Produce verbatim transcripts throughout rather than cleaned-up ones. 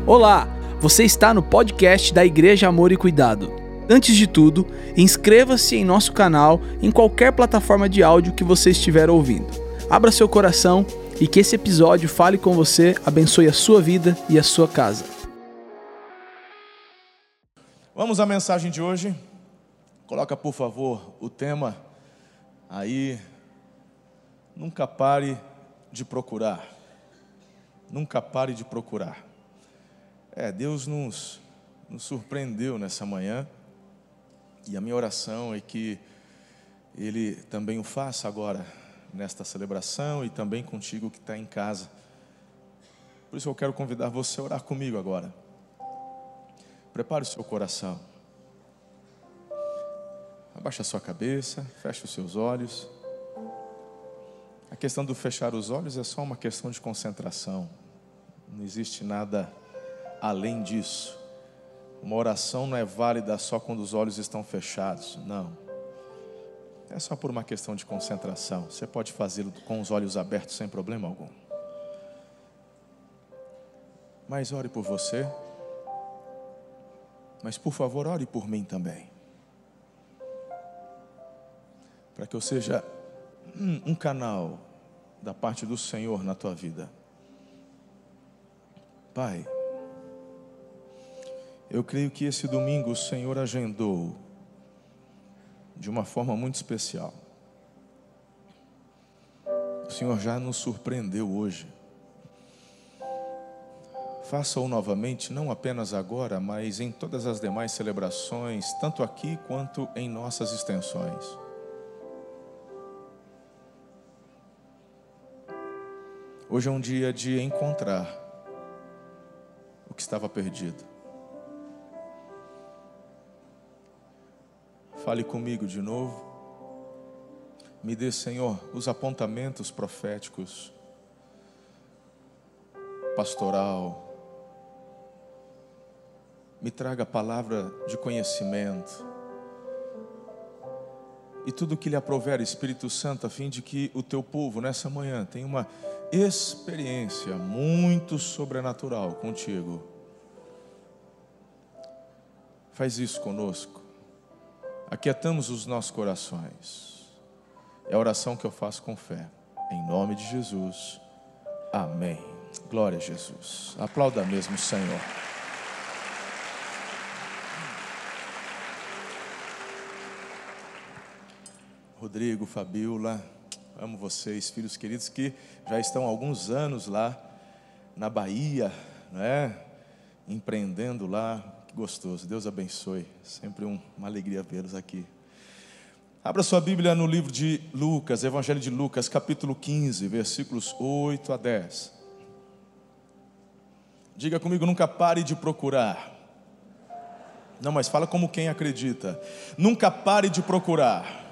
Olá, você está no podcast da Igreja Amor e Cuidado. Antes de tudo, inscreva-se em nosso canal em qualquer plataforma de áudio que você estiver ouvindo. Abra seu coração e que esse episódio fale com você, abençoe a sua vida e a sua casa. Vamos à mensagem de hoje. Coloca, por favor, o tema aí. Nunca pare de procurar. Nunca pare de procurar. É, Deus nos, nos surpreendeu nessa manhã. E a minha oração é que Ele também o faça agora, nesta celebração, e também contigo que está em casa. Por isso eu quero convidar você a orar comigo agora. Prepare o seu coração. Abaixa a sua cabeça, feche os seus olhos. A questão do fechar os olhos é só uma questão de concentração. Não existe nada além disso. Uma oração não é válida só quando os olhos estão fechados. Não. É só por uma questão de concentração. Você pode fazê-lo com os olhos abertos sem problema algum. Mas ore por você. Mas por favor, ore por mim também. Para que eu seja um, um canal da parte do Senhor na tua vida. Pai, eu creio que esse domingo o Senhor agendou de uma forma muito especial. O Senhor já nos surpreendeu hoje. Faça-o novamente, não apenas agora, mas em todas as demais celebrações, tanto aqui quanto em nossas extensões. Hoje é um dia de encontrar o que estava perdido. Fale comigo de novo. Me dê, Senhor, os apontamentos proféticos, pastoral. Me traga a palavra de conhecimento. E tudo que lhe aprover, Espírito Santo, a fim de que o teu povo, nessa manhã, tenha uma experiência muito sobrenatural contigo. Faz isso conosco. Aquietamos os nossos corações. É a oração que eu faço com fé. Em nome de Jesus. Amém. Glória a Jesus. Aplauda mesmo o Senhor. Rodrigo, Fabiola, amo vocês, filhos queridos que já estão há alguns anos lá na Bahia, né? Empreendendo lá. Gostoso, Deus abençoe, sempre um, uma alegria vê-los aqui. Abra sua Bíblia no livro de Lucas, Evangelho de Lucas, capítulo quinze, versículos oito a dez. Diga comigo, nunca pare de procurar. Não, mas fala como quem acredita. Nunca pare de procurar.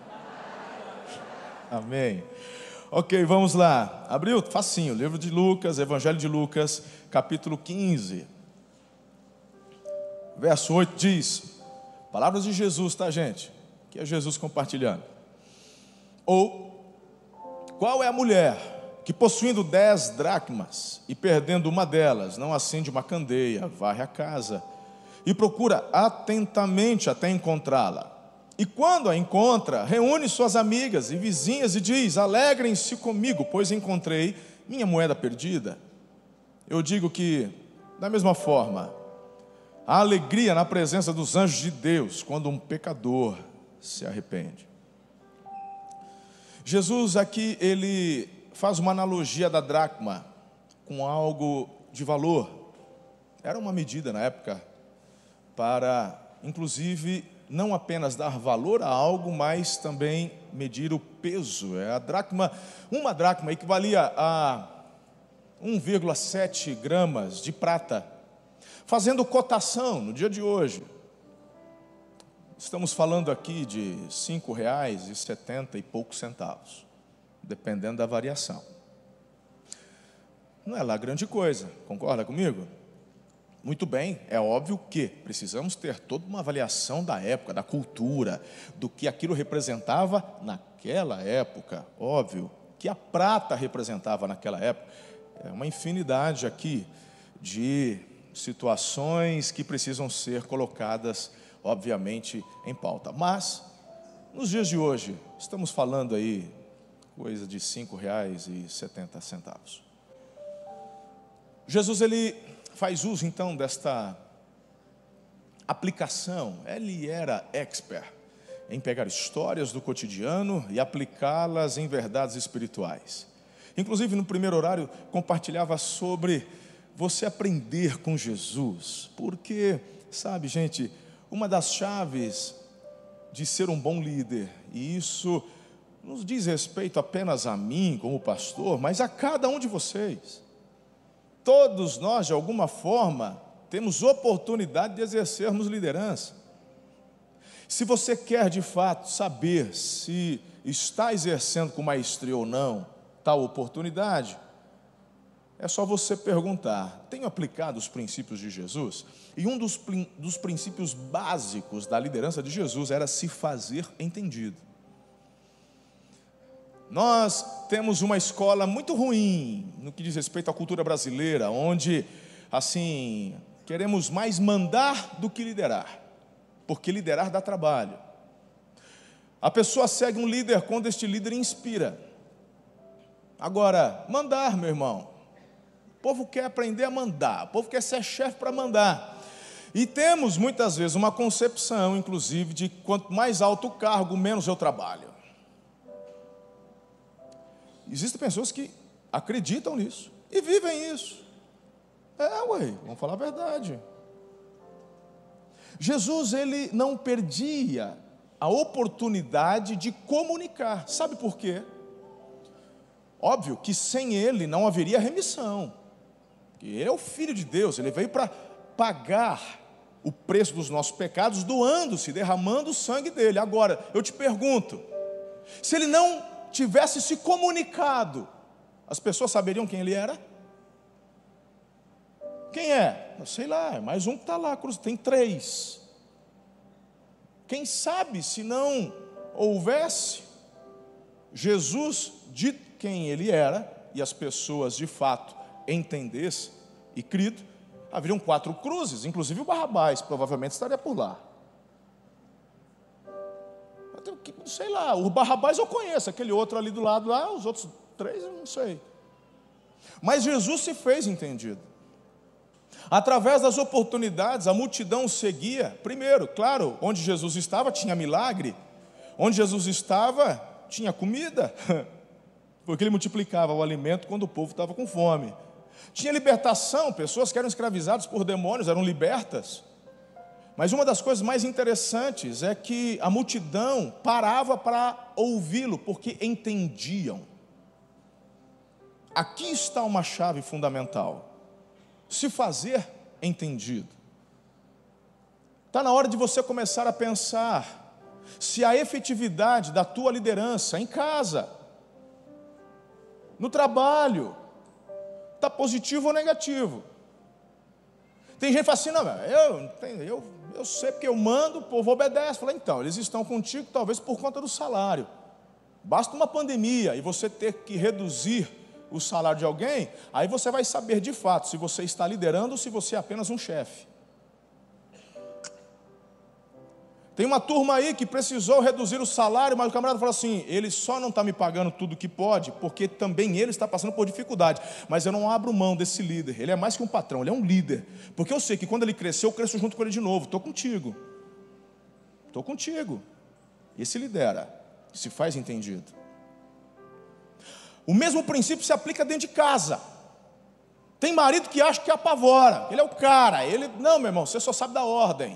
Amém. Ok, vamos lá. Abriu? Facinho, livro de Lucas, Evangelho de Lucas, capítulo quinze. Verso oito diz, palavras de Jesus, tá, gente? Que é Jesus compartilhando. Ou, qual é a mulher que possuindo dez dracmas e perdendo uma delas, não acende uma candeia, varre a casa e procura atentamente até encontrá-la? E quando a encontra, reúne suas amigas e vizinhas e diz, alegrem-se comigo, pois encontrei minha moeda perdida. Eu digo que, da mesma forma, a alegria na presença dos anjos de Deus quando um pecador se arrepende. Jesus aqui, ele faz uma analogia da dracma com algo de valor. Era uma medida na época para, inclusive, não apenas dar valor a algo, mas também medir o peso. A dracma, uma dracma equivalia a um vírgula sete gramas de prata. Fazendo cotação no dia de hoje, estamos falando aqui de cinco reais e setenta e poucos centavos, dependendo da variação. Não é lá grande coisa, concorda comigo? Muito bem, é óbvio que precisamos ter toda uma avaliação da época, da cultura, do que aquilo representava naquela época. Óbvio que a prata representava naquela época. É uma infinidade aqui de situações que precisam ser colocadas, obviamente, em pauta. Mas, nos dias de hoje, estamos falando aí coisa de cinco reais e setenta centavos. Jesus, ele faz uso, então, desta aplicação. Ele era expert em pegar histórias do cotidiano e aplicá-las em verdades espirituais. Inclusive, no primeiro horário, compartilhava sobre você aprender com Jesus. Porque, sabe, gente, uma das chaves de ser um bom líder, e isso não diz respeito apenas a mim como pastor, mas a cada um de vocês. Todos nós, de alguma forma, temos oportunidade de exercermos liderança. Se você quer, de fato, saber se está exercendo com maestria ou não tal oportunidade, é só você perguntar: tenho aplicado os princípios de Jesus? E um dos, dos princípios básicos da liderança de Jesus era se fazer entendido. Nós temos uma escola muito ruim no que diz respeito à cultura brasileira, onde, assim, queremos mais mandar do que liderar, porque liderar dá trabalho. A pessoa segue um líder quando este líder inspira. Agora, mandar, meu irmão, o povo quer aprender a mandar, o povo quer ser chefe para mandar. E temos, muitas vezes, uma concepção, inclusive, de quanto mais alto o cargo, menos eu trabalho. Existem pessoas que acreditam nisso e vivem isso. É, ué, vamos falar a verdade. Jesus, ele não perdia a oportunidade de comunicar. Sabe por quê? Óbvio que sem ele não haveria remissão. Ele é o Filho de Deus, ele veio para pagar o preço dos nossos pecados, doando-se, derramando o sangue dele. Agora, eu te pergunto, se ele não tivesse se comunicado, as pessoas saberiam quem ele era? Quem é? Eu sei lá, é mais um que está lá, tem três. Quem sabe se não houvesse Jesus dito quem ele era, e as pessoas de fato entendessem e crido, haveriam quatro cruzes, inclusive o Barrabás provavelmente estaria por lá. Não sei lá, o Barrabás eu conheço, aquele outro ali do lado lá, os outros três eu não sei. Mas Jesus se fez entendido. Através das oportunidades, a multidão seguia. Primeiro, claro, onde Jesus estava tinha milagre, onde Jesus estava tinha comida, porque ele multiplicava o alimento quando o povo estava com fome. Tinha libertação, pessoas que eram escravizadas por demônios eram libertas. Mas uma das coisas mais interessantes é que a multidão parava para ouvi-lo, porque entendiam. Aqui está uma chave fundamental: se fazer entendido. Está na hora de você começar a pensar se a efetividade da tua liderança em casa, no trabalho, está positivo ou negativo. Tem gente que fala assim: não, eu, eu, eu sei porque eu mando, o povo obedece. Fala, então, eles estão contigo talvez por conta do salário. Basta uma pandemia e você ter que reduzir o salário de alguém, aí você vai saber de fato se você está liderando ou se você é apenas um chefe. Tem uma turma aí que precisou reduzir o salário, mas o camarada fala assim: ele só não está me pagando tudo que pode, porque também ele está passando por dificuldade, mas eu não abro mão desse líder. Ele é mais que um patrão, ele é um líder, porque eu sei que quando ele crescer, eu cresço junto com ele de novo. Estou contigo, estou contigo. Esse lidera, se faz entendido. O mesmo princípio se aplica dentro de casa. Tem marido que acha que apavora, ele é o cara, ele, não, meu irmão, você só sabe da ordem.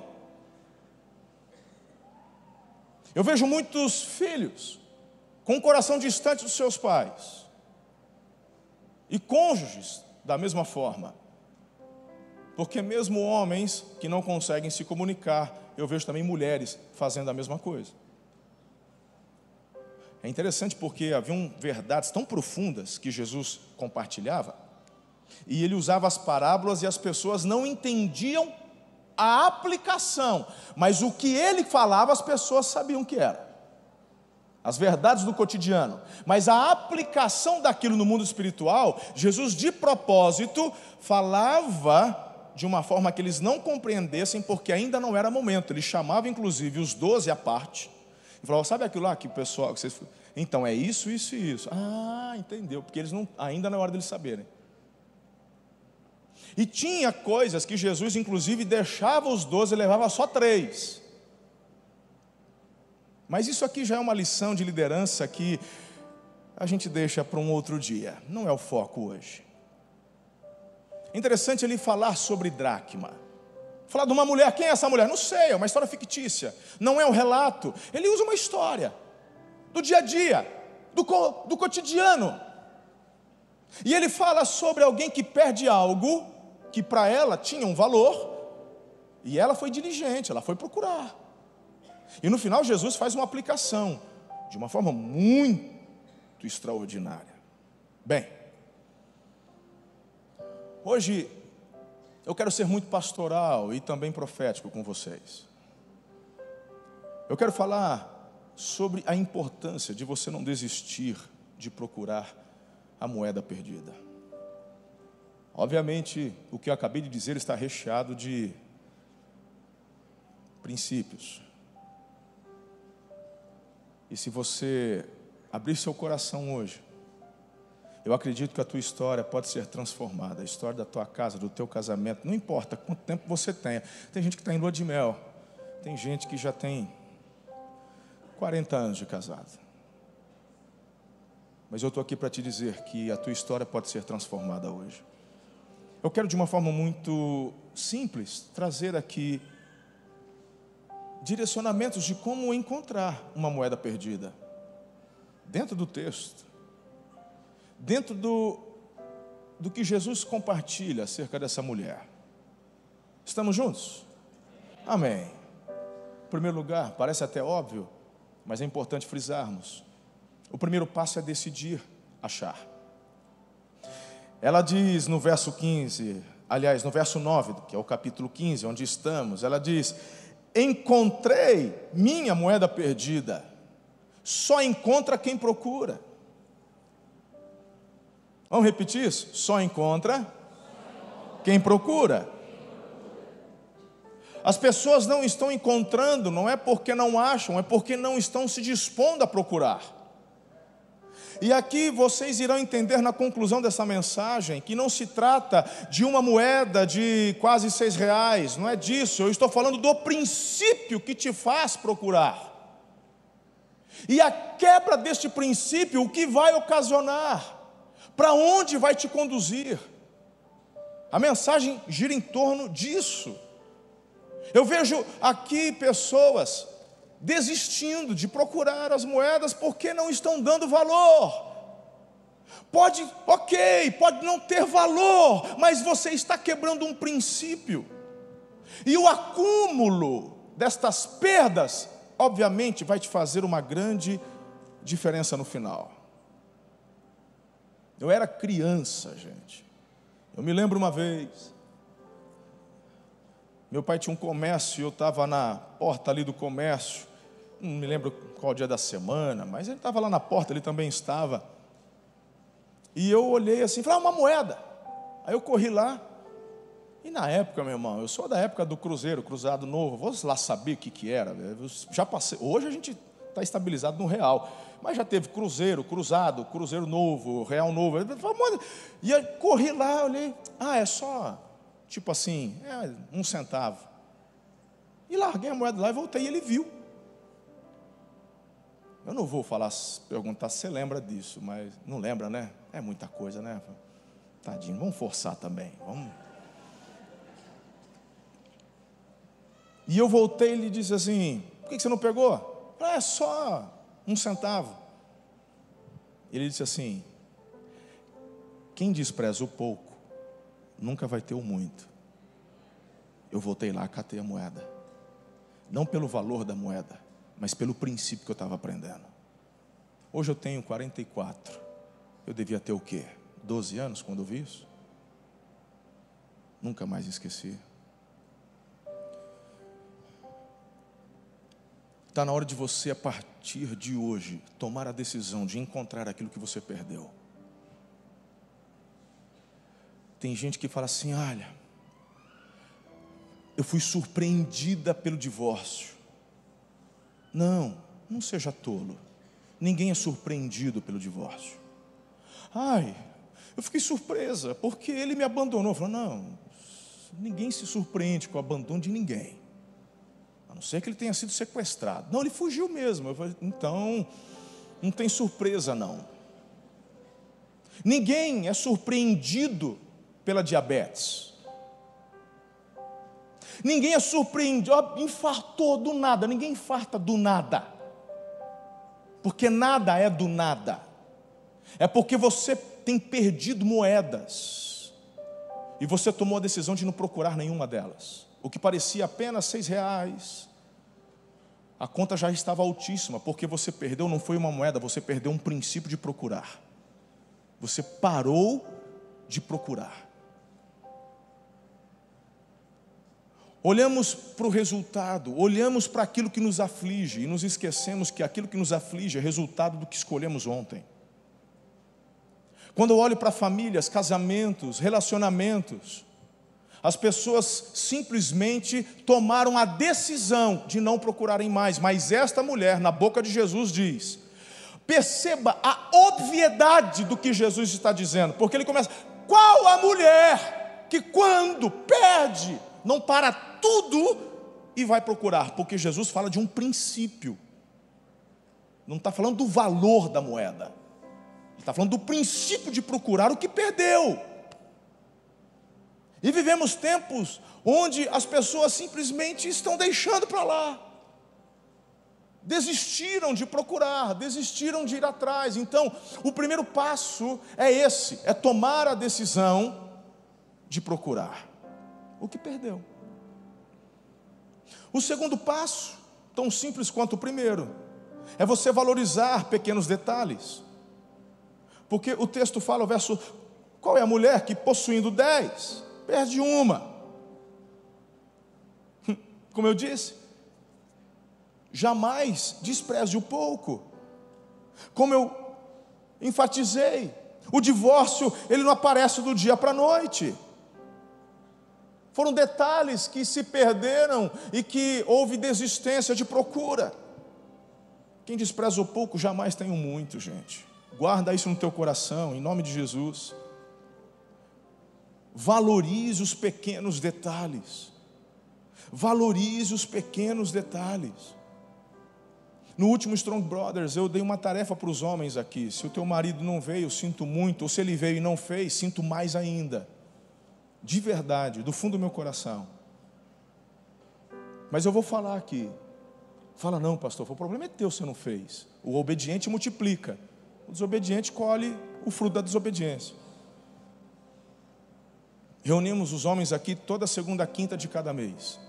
Eu vejo muitos filhos com o coração distante dos seus pais, e cônjuges da mesma forma, porque mesmo homens que não conseguem se comunicar, eu vejo também mulheres fazendo a mesma coisa. É interessante porque haviam verdades tão profundas que Jesus compartilhava, e ele usava as parábolas e as pessoas não entendiam a aplicação, mas o que ele falava as pessoas sabiam que era. As verdades do cotidiano, mas a aplicação daquilo no mundo espiritual, Jesus de propósito falava de uma forma que eles não compreendessem, porque ainda não era momento. Ele chamava, inclusive, os doze à parte e falava: sabe aquilo lá que o pessoal... Que vocês... Então, é isso, isso e isso. Ah, entendeu, porque eles não, ainda não é hora deles saberem. E tinha coisas que Jesus, inclusive, deixava os doze e levava só três. Mas isso aqui já é uma lição de liderança que a gente deixa para um outro dia. Não é o foco hoje. Interessante ele falar sobre dracma. Falar de uma mulher. Quem é essa mulher? Não sei, é uma história fictícia. Não é um relato. Ele usa uma história do dia a dia, do, co, do cotidiano. E ele fala sobre alguém que perde algo que para ela tinha um valor, e ela foi diligente, ela foi procurar. E no final Jesus faz uma aplicação de uma forma muito extraordinária. Bem, hoje eu quero ser muito pastoral e também profético com vocês. Eu quero falar sobre a importância de você não desistir de procurar a moeda perdida. Obviamente, o que eu acabei de dizer está recheado de princípios. E se você abrir seu coração hoje, eu acredito que a tua história pode ser transformada. A história da tua casa, do teu casamento, não importa quanto tempo você tenha. Tem gente que está em lua de mel, tem gente que já tem quarenta anos de casado. Mas eu estou aqui para te dizer que a tua história pode ser transformada hoje. Eu quero de uma forma muito simples trazer aqui direcionamentos de como encontrar uma moeda perdida. Dentro do texto. Dentro do, do que Jesus compartilha acerca dessa mulher. Estamos juntos? Amém. Em primeiro lugar, parece até óbvio, mas é importante frisarmos. O primeiro passo é decidir achar. Ela diz no verso quinze, aliás, no verso nove, que é o capítulo quinze, onde estamos, ela diz: encontrei minha moeda perdida. Só encontra quem procura. Vamos repetir isso? Só encontra quem procura. As pessoas não estão encontrando, não é porque não acham, é porque não estão se dispondo a procurar. E aqui vocês irão entender na conclusão dessa mensagem que não se trata de uma moeda de quase seis reais, não é disso. Eu estou falando do princípio que te faz procurar. E a quebra deste princípio, o que vai ocasionar? Para onde vai te conduzir? A mensagem gira em torno disso. Eu vejo aqui pessoas desistindo de procurar as moedas porque não estão dando valor. Pode, ok, pode não ter valor, mas você está quebrando um princípio. E o acúmulo destas perdas, obviamente, vai te fazer uma grande diferença no final. Eu era criança, gente. Eu me lembro uma vez, meu pai tinha um comércio e eu estava na porta ali do comércio. Não me lembro qual dia da semana, mas ele estava lá na porta, ele também estava. E eu olhei assim, falei: ah, uma moeda. Aí eu corri lá. E na época, meu irmão, eu sou da época do cruzeiro, cruzado novo. Vou lá saber o que, que era. Eu já passei. Hoje a gente está estabilizado no real. Mas já teve cruzeiro, cruzado, cruzeiro novo, real novo. E eu corri lá, olhei. Ah, é só, tipo assim, é um centavo. E larguei a moeda lá e voltei e ele viu. Eu não vou falar, perguntar se você lembra disso, mas não lembra, né? É muita coisa, né? Tadinho, vamos forçar também. Vamos. E eu voltei e ele disse assim: por que você não pegou? Ah, é só um centavo. Ele disse assim: quem despreza o pouco nunca vai ter o muito. Eu voltei lá, catei a moeda. Não pelo valor da moeda, mas pelo princípio que eu estava aprendendo. Hoje eu tenho quarenta e quatro. Eu devia ter o quê? doze anos quando eu vi isso? Nunca mais esqueci. Está na hora de você, a partir de hoje, tomar a decisão de encontrar aquilo que você perdeu. Tem gente que fala assim: olha, eu fui surpreendida pelo divórcio. Não, não seja tolo. Ninguém é surpreendido pelo divórcio. Ai, eu fiquei surpresa, porque ele me abandonou. Eu falei, não, ninguém se surpreende com o abandono de ninguém. A não ser que ele tenha sido sequestrado. Não, ele fugiu mesmo. Eu falei, então, não tem surpresa não. Ninguém é surpreendido pela diabetes. Ninguém é surpreendido, ó, infartou do nada. Ninguém infarta do nada. Porque nada é do nada. É porque você tem perdido moedas. E você tomou a decisão de não procurar nenhuma delas. O que parecia apenas seis reais. A conta já estava altíssima. Porque você perdeu, não foi uma moeda, você perdeu um princípio de procurar. Você parou de procurar. Olhamos para o resultado, olhamos para aquilo que nos aflige e nos esquecemos que aquilo que nos aflige é resultado do que escolhemos ontem. Quando eu olho para famílias, casamentos, relacionamentos, as pessoas simplesmente tomaram a decisão de não procurarem mais, mas esta mulher, na boca de Jesus, diz: perceba a obviedade do que Jesus está dizendo, porque ele começa: qual a mulher que quando perde, não para tudo e vai procurar? Porque Jesus fala de um princípio, não está falando do valor da moeda, ele está falando do princípio de procurar o que perdeu. E vivemos tempos onde as pessoas simplesmente estão deixando para lá, desistiram de procurar, desistiram de ir atrás. Então, o primeiro passo é esse, é tomar a decisão de procurar o que perdeu. O segundo passo, tão simples quanto o primeiro, é você valorizar pequenos detalhes. Porque o texto fala, o verso, qual é a mulher que possuindo dez, perde uma? Como eu disse, jamais despreze o pouco. Como eu enfatizei, o divórcio, ele não aparece do dia para a noite. Foram detalhes que se perderam e que houve desistência de procura. Quem despreza o pouco jamais tem o muito, gente. Guarda isso no teu coração, em nome de Jesus. Valorize os pequenos detalhes. Valorize os pequenos detalhes. No último Strong Brothers, eu dei uma tarefa para os homens aqui. Se o teu marido não veio, eu sinto muito. Ou se ele veio e não fez, sinto mais ainda. De verdade, do fundo do meu coração. Mas eu vou falar aqui. Fala, não, pastor, o problema é teu, você não fez. O obediente multiplica. O desobediente colhe o fruto da desobediência. Reunimos os homens aqui toda segunda quinta de cada mês.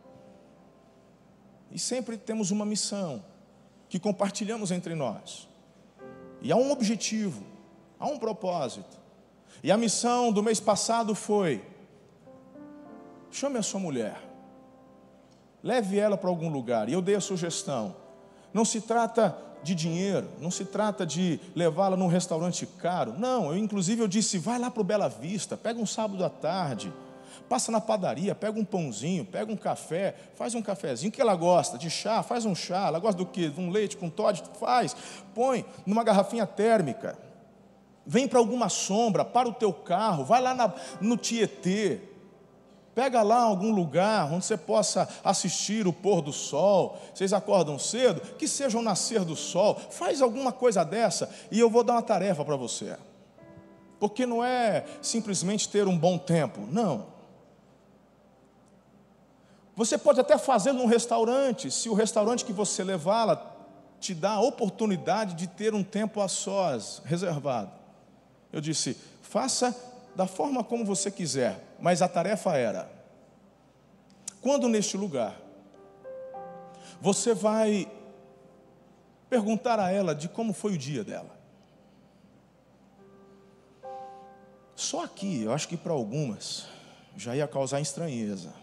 E sempre temos uma missão que compartilhamos entre nós. E há um objetivo, há um propósito. E a missão do mês passado foi: chame a sua mulher, leve ela para algum lugar. E eu dei a sugestão: não se trata de dinheiro, não se trata de levá-la num restaurante caro. Não, eu inclusive eu disse: vai lá para o Bela Vista, pega um sábado à tarde, passa na padaria, pega um pãozinho, pega um café, faz um cafezinho. O que ela gosta? De chá? Faz um chá. Ela gosta do quê? De um leite com Toddy? Faz. Põe numa garrafinha térmica. Vem para alguma sombra, para o teu carro, vai lá na, no Tietê, pega lá algum lugar onde você possa assistir o pôr do sol. Vocês acordam cedo, que seja o nascer do sol, faz alguma coisa dessa, e eu vou dar uma tarefa para você, porque não é simplesmente ter um bom tempo, não. Você pode até fazer num restaurante, se o restaurante que você levá-la te dá a oportunidade de ter um tempo a sós, reservado. Eu disse: faça da forma como você quiser, mas a tarefa era: quando neste lugar, você vai perguntar a ela de como foi o dia dela. Só aqui, eu acho que para algumas, já ia causar estranheza.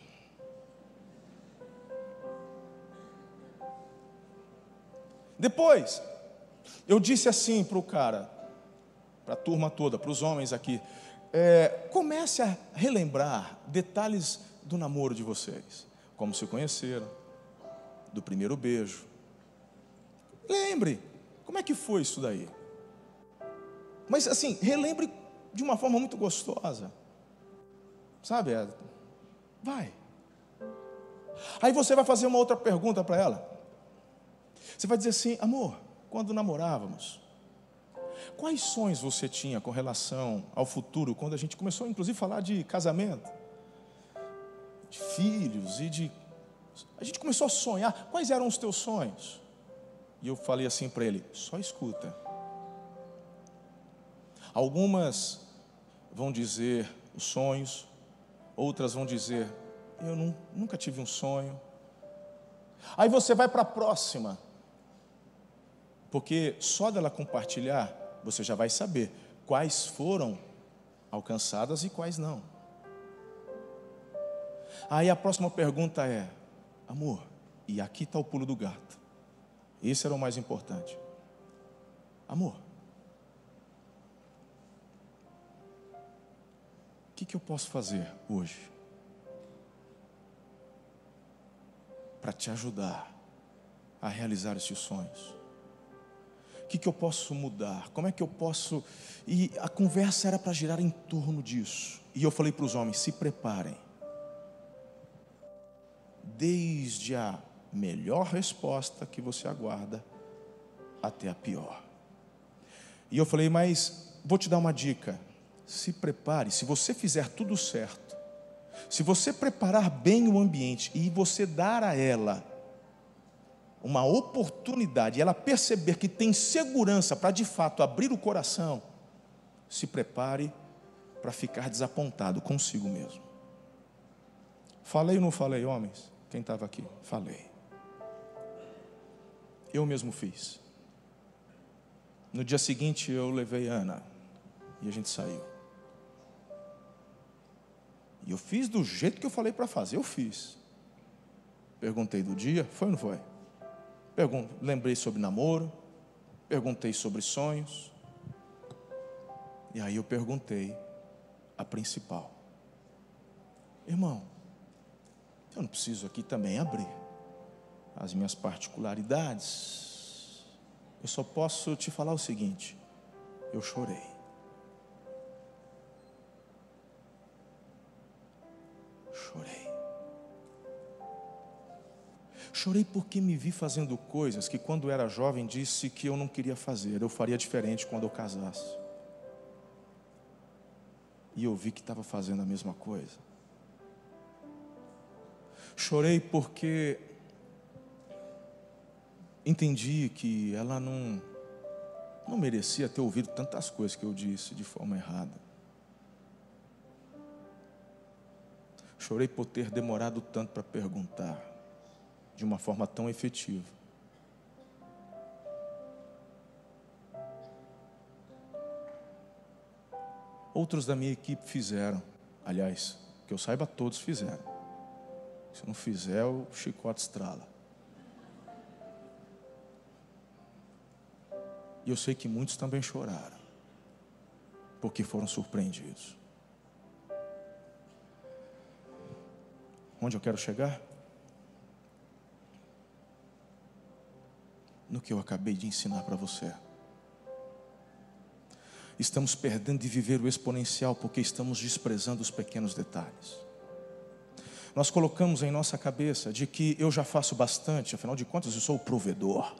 Depois, eu disse assim para o cara, para a turma toda, para os homens aqui: é, comece a relembrar detalhes do namoro de vocês. como se conheceram, do primeiro beijo. Lembre, como é que foi isso daí? Mas assim, relembre de uma forma muito gostosa. Sabe? Vai. Aí você vai fazer uma outra pergunta para ela. Você vai dizer assim: amor, quando namorávamos, quais sonhos você tinha com relação ao futuro? Quando a gente começou, inclusive, a falar de casamento, de filhos e de... A gente começou a sonhar. Quais eram os teus sonhos? E eu falei assim para ele: só escuta. Algumas vão dizer os sonhos, outras vão dizer: eu não, nunca tive um sonho. Aí você vai para a próxima, porque só dela compartilhar, você já vai saber quais foram alcançadas e quais não. Aí a próxima pergunta é: amor, e aqui está o pulo do gato. Esse era o mais importante. Amor, o que, que eu posso fazer hoje para te ajudar a realizar esses sonhos? O que, que eu posso mudar? Como é que eu posso... E a conversa era para girar em torno disso. E eu falei para os homens: se preparem. Desde a melhor resposta que você aguarda até a pior. E eu falei: mas vou te dar uma dica. Se prepare, se você fizer tudo certo, se você preparar bem o ambiente e você dar a ela uma oportunidade, ela perceber que tem segurança para de fato abrir o coração, se prepare para ficar desapontado consigo mesmo. Falei ou não falei, homens? Quem estava aqui? Falei. Eu mesmo fiz. No dia seguinte eu levei a Ana e a gente saiu. E eu fiz do jeito que eu falei para fazer, eu fiz. Perguntei do dia, foi ou não foi? Pergun- lembrei sobre namoro, perguntei sobre sonhos. E aí eu perguntei a principal: irmão, eu não preciso aqui também abrir as minhas particularidades. Eu só posso te falar o seguinte: eu chorei. Chorei. Chorei porque me vi fazendo coisas que, quando era jovem, disse que eu não queria fazer. Eu faria diferente quando eu casasse. E eu vi que estava fazendo a mesma coisa. Chorei porque entendi que ela não, não merecia ter ouvido tantas coisas que eu disse de forma errada. Chorei por ter demorado tanto para perguntar de uma forma tão efetiva. Outros da minha equipe fizeram. Aliás, que eu saiba, todos fizeram. Se não fizer, o chicote estrala. E eu sei que muitos também choraram, porque foram surpreendidos. Onde eu quero chegar? No que eu acabei de ensinar para você. Estamos perdendo de viver o exponencial porque estamos desprezando os pequenos detalhes. Nós colocamos em nossa cabeça de que eu já faço bastante, afinal de contas eu sou o provedor.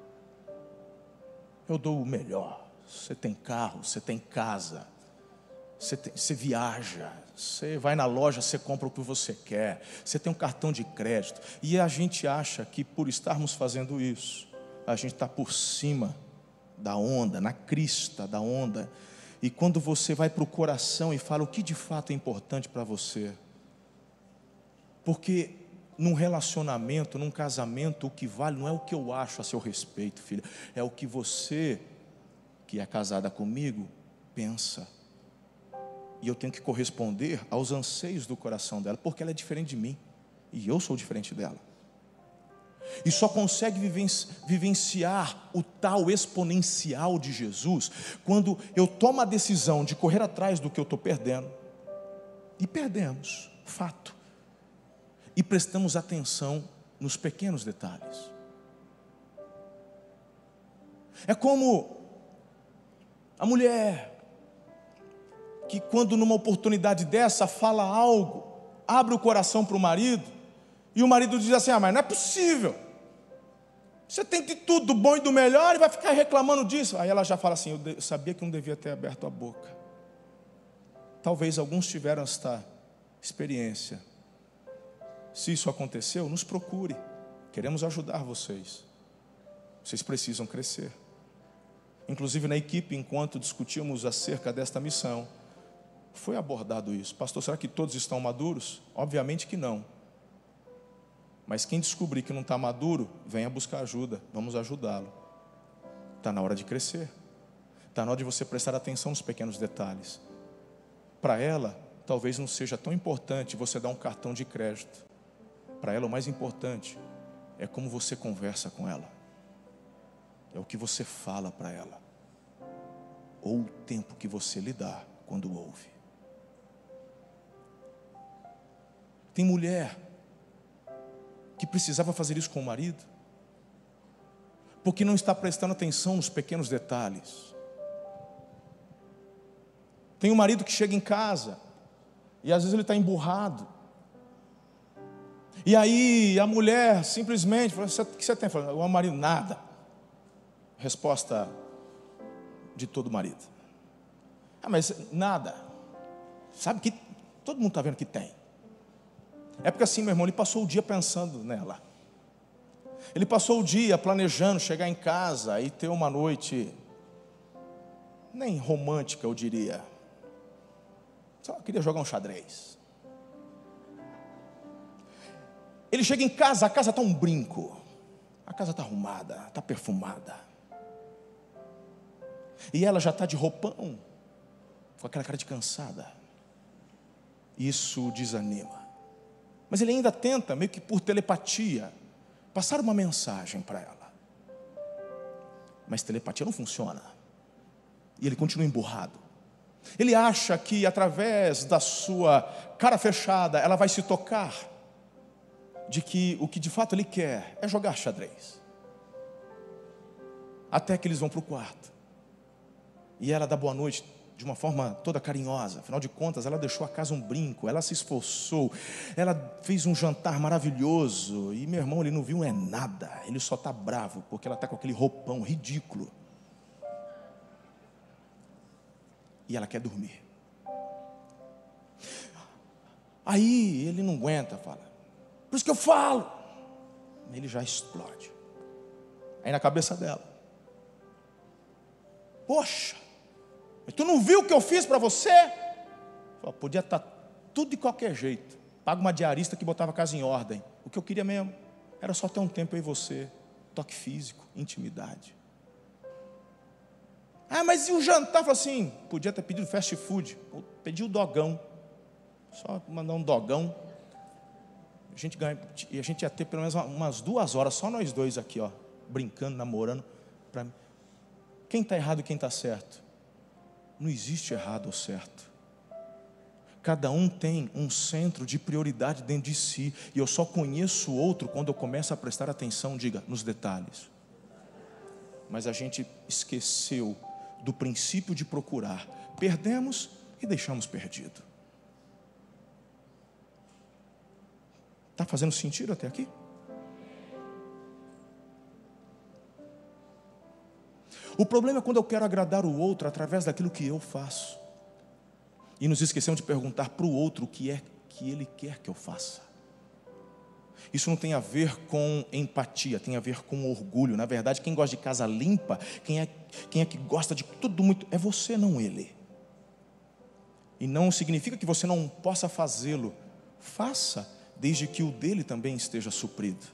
Eu dou o melhor. Você tem carro, você tem casa, você, tem, você viaja, você vai na loja, você compra o que você quer, você tem um cartão de crédito. E a gente acha que, por estarmos fazendo isso, a gente está por cima da onda, na crista da onda. E quando você vai para o coração e fala o que de fato é importante para você, porque num relacionamento, num casamento, o que vale não é o que eu acho a seu respeito, filha, é o que você, que é casada comigo, pensa. E eu tenho que corresponder aos anseios do coração dela, porque ela é diferente de mim e eu sou diferente dela. E só consegue vivenciar o tal exponencial de Jesus quando eu tomo a decisão de correr atrás do que eu estou perdendo. E perdemos, fato. e prestamos atenção nos pequenos detalhes. É como a mulher que, quando numa oportunidade dessa fala algo, abre o coração para o marido, e o marido diz assim: ah, mas não é possível, você tem de tudo, do bom e do melhor, e vai ficar reclamando disso. Aí ela já fala assim: eu sabia que não devia ter aberto a boca. Talvez alguns tiveram esta experiência. Se isso aconteceu, nos procure, queremos ajudar vocês. Vocês precisam crescer. Inclusive na equipe, enquanto discutíamos acerca desta missão, foi abordado isso. Pastor, será que todos estão maduros? Obviamente que não. Mas quem descobrir que não está maduro, venha buscar ajuda, vamos ajudá-lo. Está na hora de crescer. Está na hora de você prestar atenção nos pequenos detalhes. Para ela, talvez não seja tão importante você dar um cartão de crédito. Para ela, o mais importante é como você conversa com ela. É o que você fala para ela. Ou o tempo que você lhe dá quando ouve. Tem mulher que precisava fazer isso com o marido, porque não está prestando atenção nos pequenos detalhes. Tem um marido que chega em casa e às vezes ele está emburrado, e aí a mulher simplesmente fala: o que você tem? Fala: o marido, nada. Resposta de todo marido: ah, mas nada. Sabe que todo mundo está vendo que tem. É porque assim, meu irmão, ele passou o dia pensando nela. Ele passou o dia planejando chegar em casa e ter uma noite, nem romântica eu diria, só queria jogar um xadrez. Ele chega em casa, a casa está um brinco, a casa está arrumada, está perfumada, e ela já está de roupão, com aquela cara de cansada. Isso desanima. Mas ele ainda tenta, meio que por telepatia, passar uma mensagem para ela. Mas telepatia não funciona. E ele continua emburrado. Ele acha que através da sua cara fechada, ela vai se tocar de que o que de fato ele quer é jogar xadrez. Até que eles vão para o quarto. E ela dá boa noite de uma forma toda carinhosa. Afinal de contas, ela deixou a casa um brinco, ela se esforçou, ela fez um jantar maravilhoso, e meu irmão, ele não viu é nada, ele só está bravo, porque ela está com aquele roupão ridículo, e ela quer dormir. Aí ele não aguenta, fala: por isso que eu falo. Ele já explode. Aí na cabeça dela: poxa, mas tu não viu o que eu fiz para você? Fala: podia estar tudo de qualquer jeito. Paga uma diarista que botava a casa em ordem. O que eu queria mesmo era só ter um tempo aí você. Toque físico, intimidade. Ah, mas e o jantar? Fala assim: podia ter pedido fast food. Pedi o dogão. Só mandar um dogão. A gente ganha, e a gente ia ter pelo menos umas duas horas, só nós dois aqui, ó, brincando, namorando. Pra... Quem está errado e quem está certo? Não existe errado ou certo. Cada um tem um centro de prioridade dentro de si. E eu só conheço o outro quando eu começo a prestar atenção, diga, nos detalhes. Mas a gente esqueceu do princípio de procurar. Perdemos e deixamos perdido. Está fazendo sentido até aqui? O problema é quando eu quero agradar o outro através daquilo que eu faço. E nos esquecemos de perguntar para o outro o que é que ele quer que eu faça. Isso não tem a ver com empatia, tem a ver com orgulho. Na verdade, quem gosta de casa limpa, quem é, quem é que gosta de tudo muito, é você, não ele. E não significa que você não possa fazê-lo. Faça, desde que o dele também esteja suprido.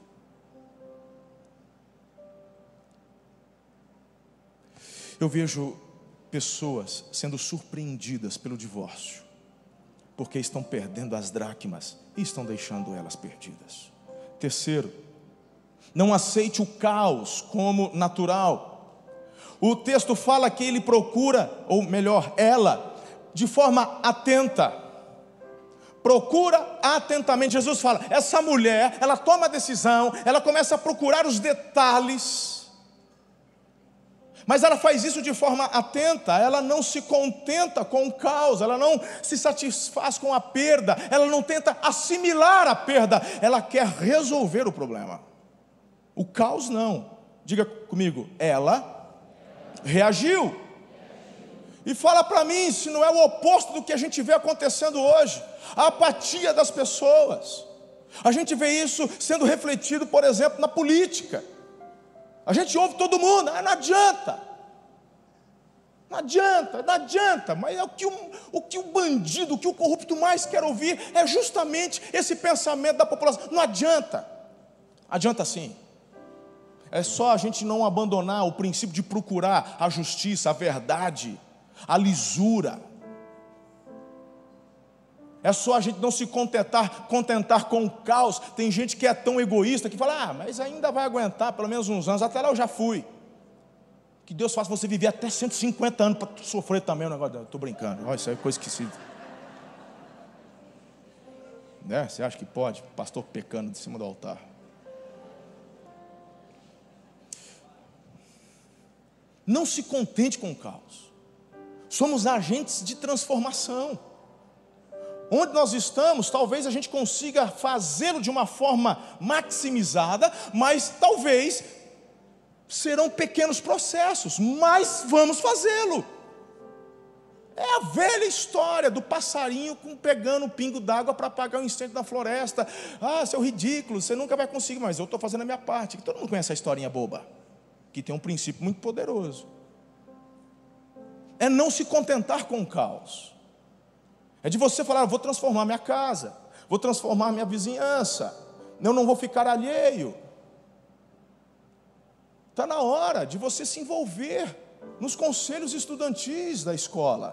Eu vejo pessoas sendo surpreendidas pelo divórcio, porque estão perdendo as dracmas e estão deixando elas perdidas. Terceiro, não aceite o caos como natural. O texto fala que ele procura, ou melhor, ela, de forma atenta, procura atentamente. Jesus fala, essa mulher, ela toma a decisão, ela começa a procurar os detalhes, mas ela faz isso de forma atenta, ela não se contenta com o caos, ela não se satisfaz com a perda, ela não tenta assimilar a perda, ela quer resolver o problema. O caos não. Diga comigo, ela reagiu. E fala para mim se não é o oposto do que a gente vê acontecendo hoje, a apatia das pessoas. A gente vê isso sendo refletido, por exemplo, na política. A gente ouve todo mundo, ah, não adianta, não adianta, não adianta, mas é o que o, o que o bandido, o que o corrupto mais quer ouvir é justamente esse pensamento da população, não adianta. Adianta sim. É só a gente não abandonar o princípio de procurar a justiça, a verdade, a lisura. É só a gente não se contentar, contentar com o caos. Tem gente que é tão egoísta que fala, ah, mas ainda vai aguentar pelo menos uns anos, até lá eu já fui. Que Deus faça você viver até cento e cinquenta anos para sofrer também o negócio. Estou brincando, olha, isso é coisa que se... Né? Você acha que pode? Pastor pecando de cima do altar. Não se contente com o caos. Somos agentes de transformação. Onde nós estamos, talvez a gente consiga fazê-lo de uma forma maximizada, mas talvez serão pequenos processos, mas vamos fazê-lo. É a velha história do passarinho pegando um pingo d'água para apagar um incêndio na floresta. Ah, seu ridículo, você nunca vai conseguir, mas eu estou fazendo a minha parte. Todo mundo conhece a historinha boba, que tem um princípio muito poderoso. É não se contentar com o caos. É de você falar, vou transformar minha casa, vou transformar minha vizinhança, eu não vou ficar alheio. Está na hora de você se envolver nos conselhos estudantis da escola.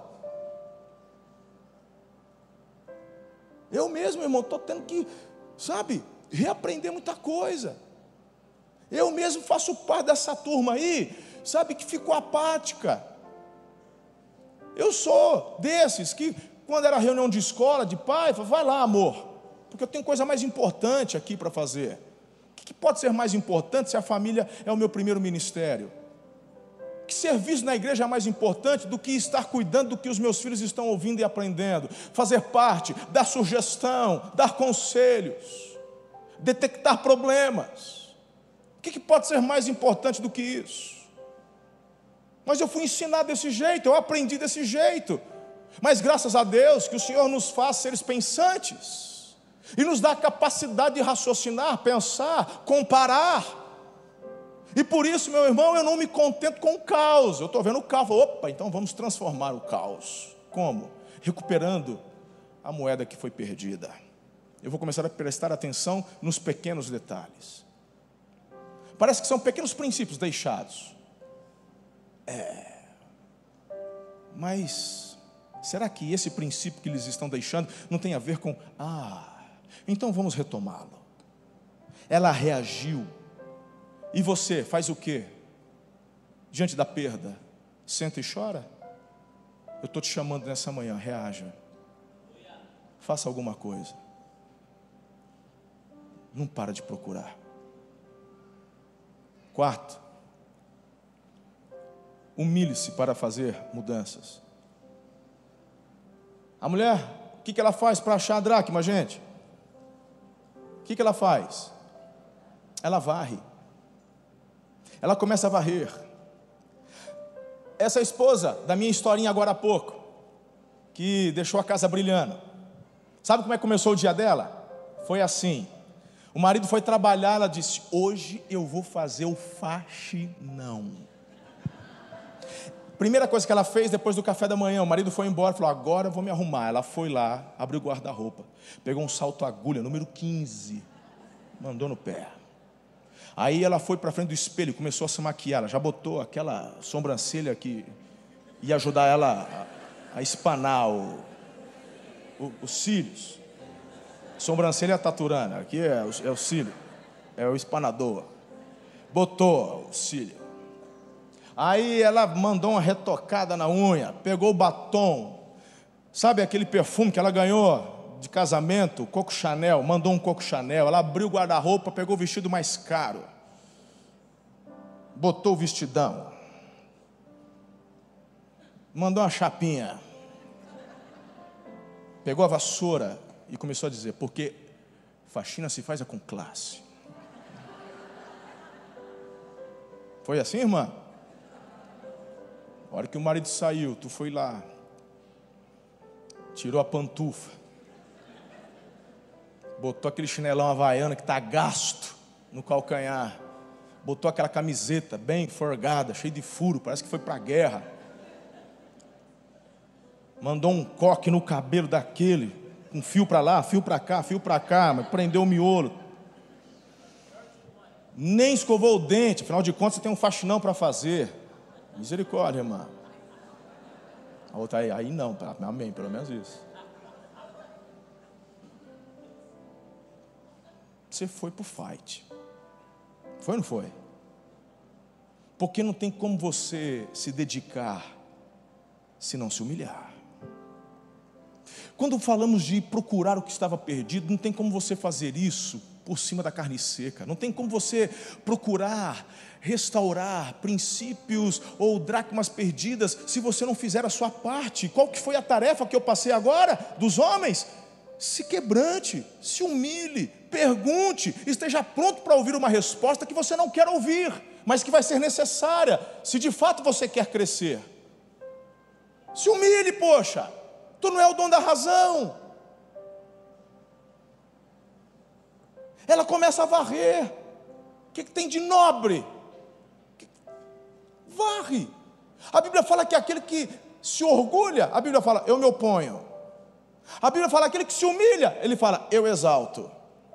Eu mesmo, irmão, estou tendo que, sabe, reaprender muita coisa. Eu mesmo faço parte dessa turma aí, sabe, que ficou apática. Eu sou desses que... Quando era reunião de escola, de pai, falei, vai lá, amor, porque eu tenho coisa mais importante aqui para fazer. O que pode ser mais importante se a família é o meu primeiro ministério? Que serviço na igreja é mais importante do que estar cuidando do que os meus filhos estão ouvindo e aprendendo? Fazer parte, dar sugestão, dar conselhos, detectar problemas. O que pode ser mais importante do que isso? Mas eu fui ensinado desse jeito, eu aprendi desse jeito. Mas graças a Deus que o Senhor nos faz seres pensantes e nos dá a capacidade de raciocinar, pensar, comparar. E por isso, meu irmão, eu não me contento com o caos. Eu estou vendo o caos, opa, então vamos transformar o caos. Como? Recuperando a moeda que foi perdida. Eu vou começar a prestar atenção nos pequenos detalhes. Parece que são pequenos princípios deixados. É, mas... será que esse princípio que eles estão deixando não tem a ver com, ah, então vamos retomá-lo. Ela reagiu. E você faz o quê? Diante da perda, senta e chora? Eu estou te chamando nessa manhã, reaja. Faça alguma coisa. Não para de procurar. Quarto, humilhe-se para fazer mudanças. A mulher, o que, que ela faz para achar a dracma, gente? O que, que ela faz? Ela varre. Ela começa a varrer. Essa esposa da minha historinha agora há pouco, que deixou a casa brilhando. Sabe como é que começou o dia dela? Foi assim. O marido foi trabalhar, ela disse, hoje eu vou fazer o faxinão. Primeira coisa que ela fez depois do café da manhã, o marido foi embora, falou, agora eu vou me arrumar. Ela foi lá, abriu o guarda-roupa, pegou um salto agulha, número quinze, mandou no pé. Aí ela foi para frente do espelho, começou a se maquiar, ela já botou aquela sobrancelha que ia ajudar ela a, a espanar o, o, os cílios. Sobrancelha taturana, aqui é o, é o cílio, é o espanador. Botou o cílio. Aí ela mandou uma retocada na unha, pegou o batom, sabe aquele perfume que ela ganhou de casamento, Coco Chanel, mandou um Coco Chanel, ela abriu o guarda-roupa, pegou o vestido mais caro, botou o vestidão, mandou uma chapinha, pegou a vassoura e começou a dizer, porque faxina se faz é com classe. Foi assim, irmã? A hora que o marido saiu, tu foi lá, tirou a pantufa, botou aquele chinelão havaiano que está gasto no calcanhar, botou aquela camiseta bem forgada, cheia de furo, parece que foi para a guerra, mandou um coque no cabelo daquele, um fio para lá, fio para cá, fio para cá, mas prendeu o miolo, nem escovou o dente, afinal de contas você tem um faxinão para fazer. Misericórdia, irmã. A outra aí, aí não, amém, pelo menos isso. Você foi pro fight. Foi ou não foi? Porque não tem como você se dedicar se não se humilhar. Quando falamos de procurar o que estava perdido, não tem como você fazer isso por cima da carne seca. Não tem como você procurar restaurar princípios ou dracmas perdidas se você não fizer a sua parte. Qual que foi a tarefa que eu passei agora dos homens? Se quebrante, se humilhe, pergunte, esteja pronto para ouvir uma resposta que você não quer ouvir, mas que vai ser necessária, se de fato você quer crescer. Se humilhe, poxa, tu não é o dono da razão. Ela começa a varrer. O que, que tem de nobre? Varre. A Bíblia fala que aquele que se orgulha, a Bíblia fala, eu me oponho. A Bíblia fala aquele que se humilha, ele fala, eu exalto.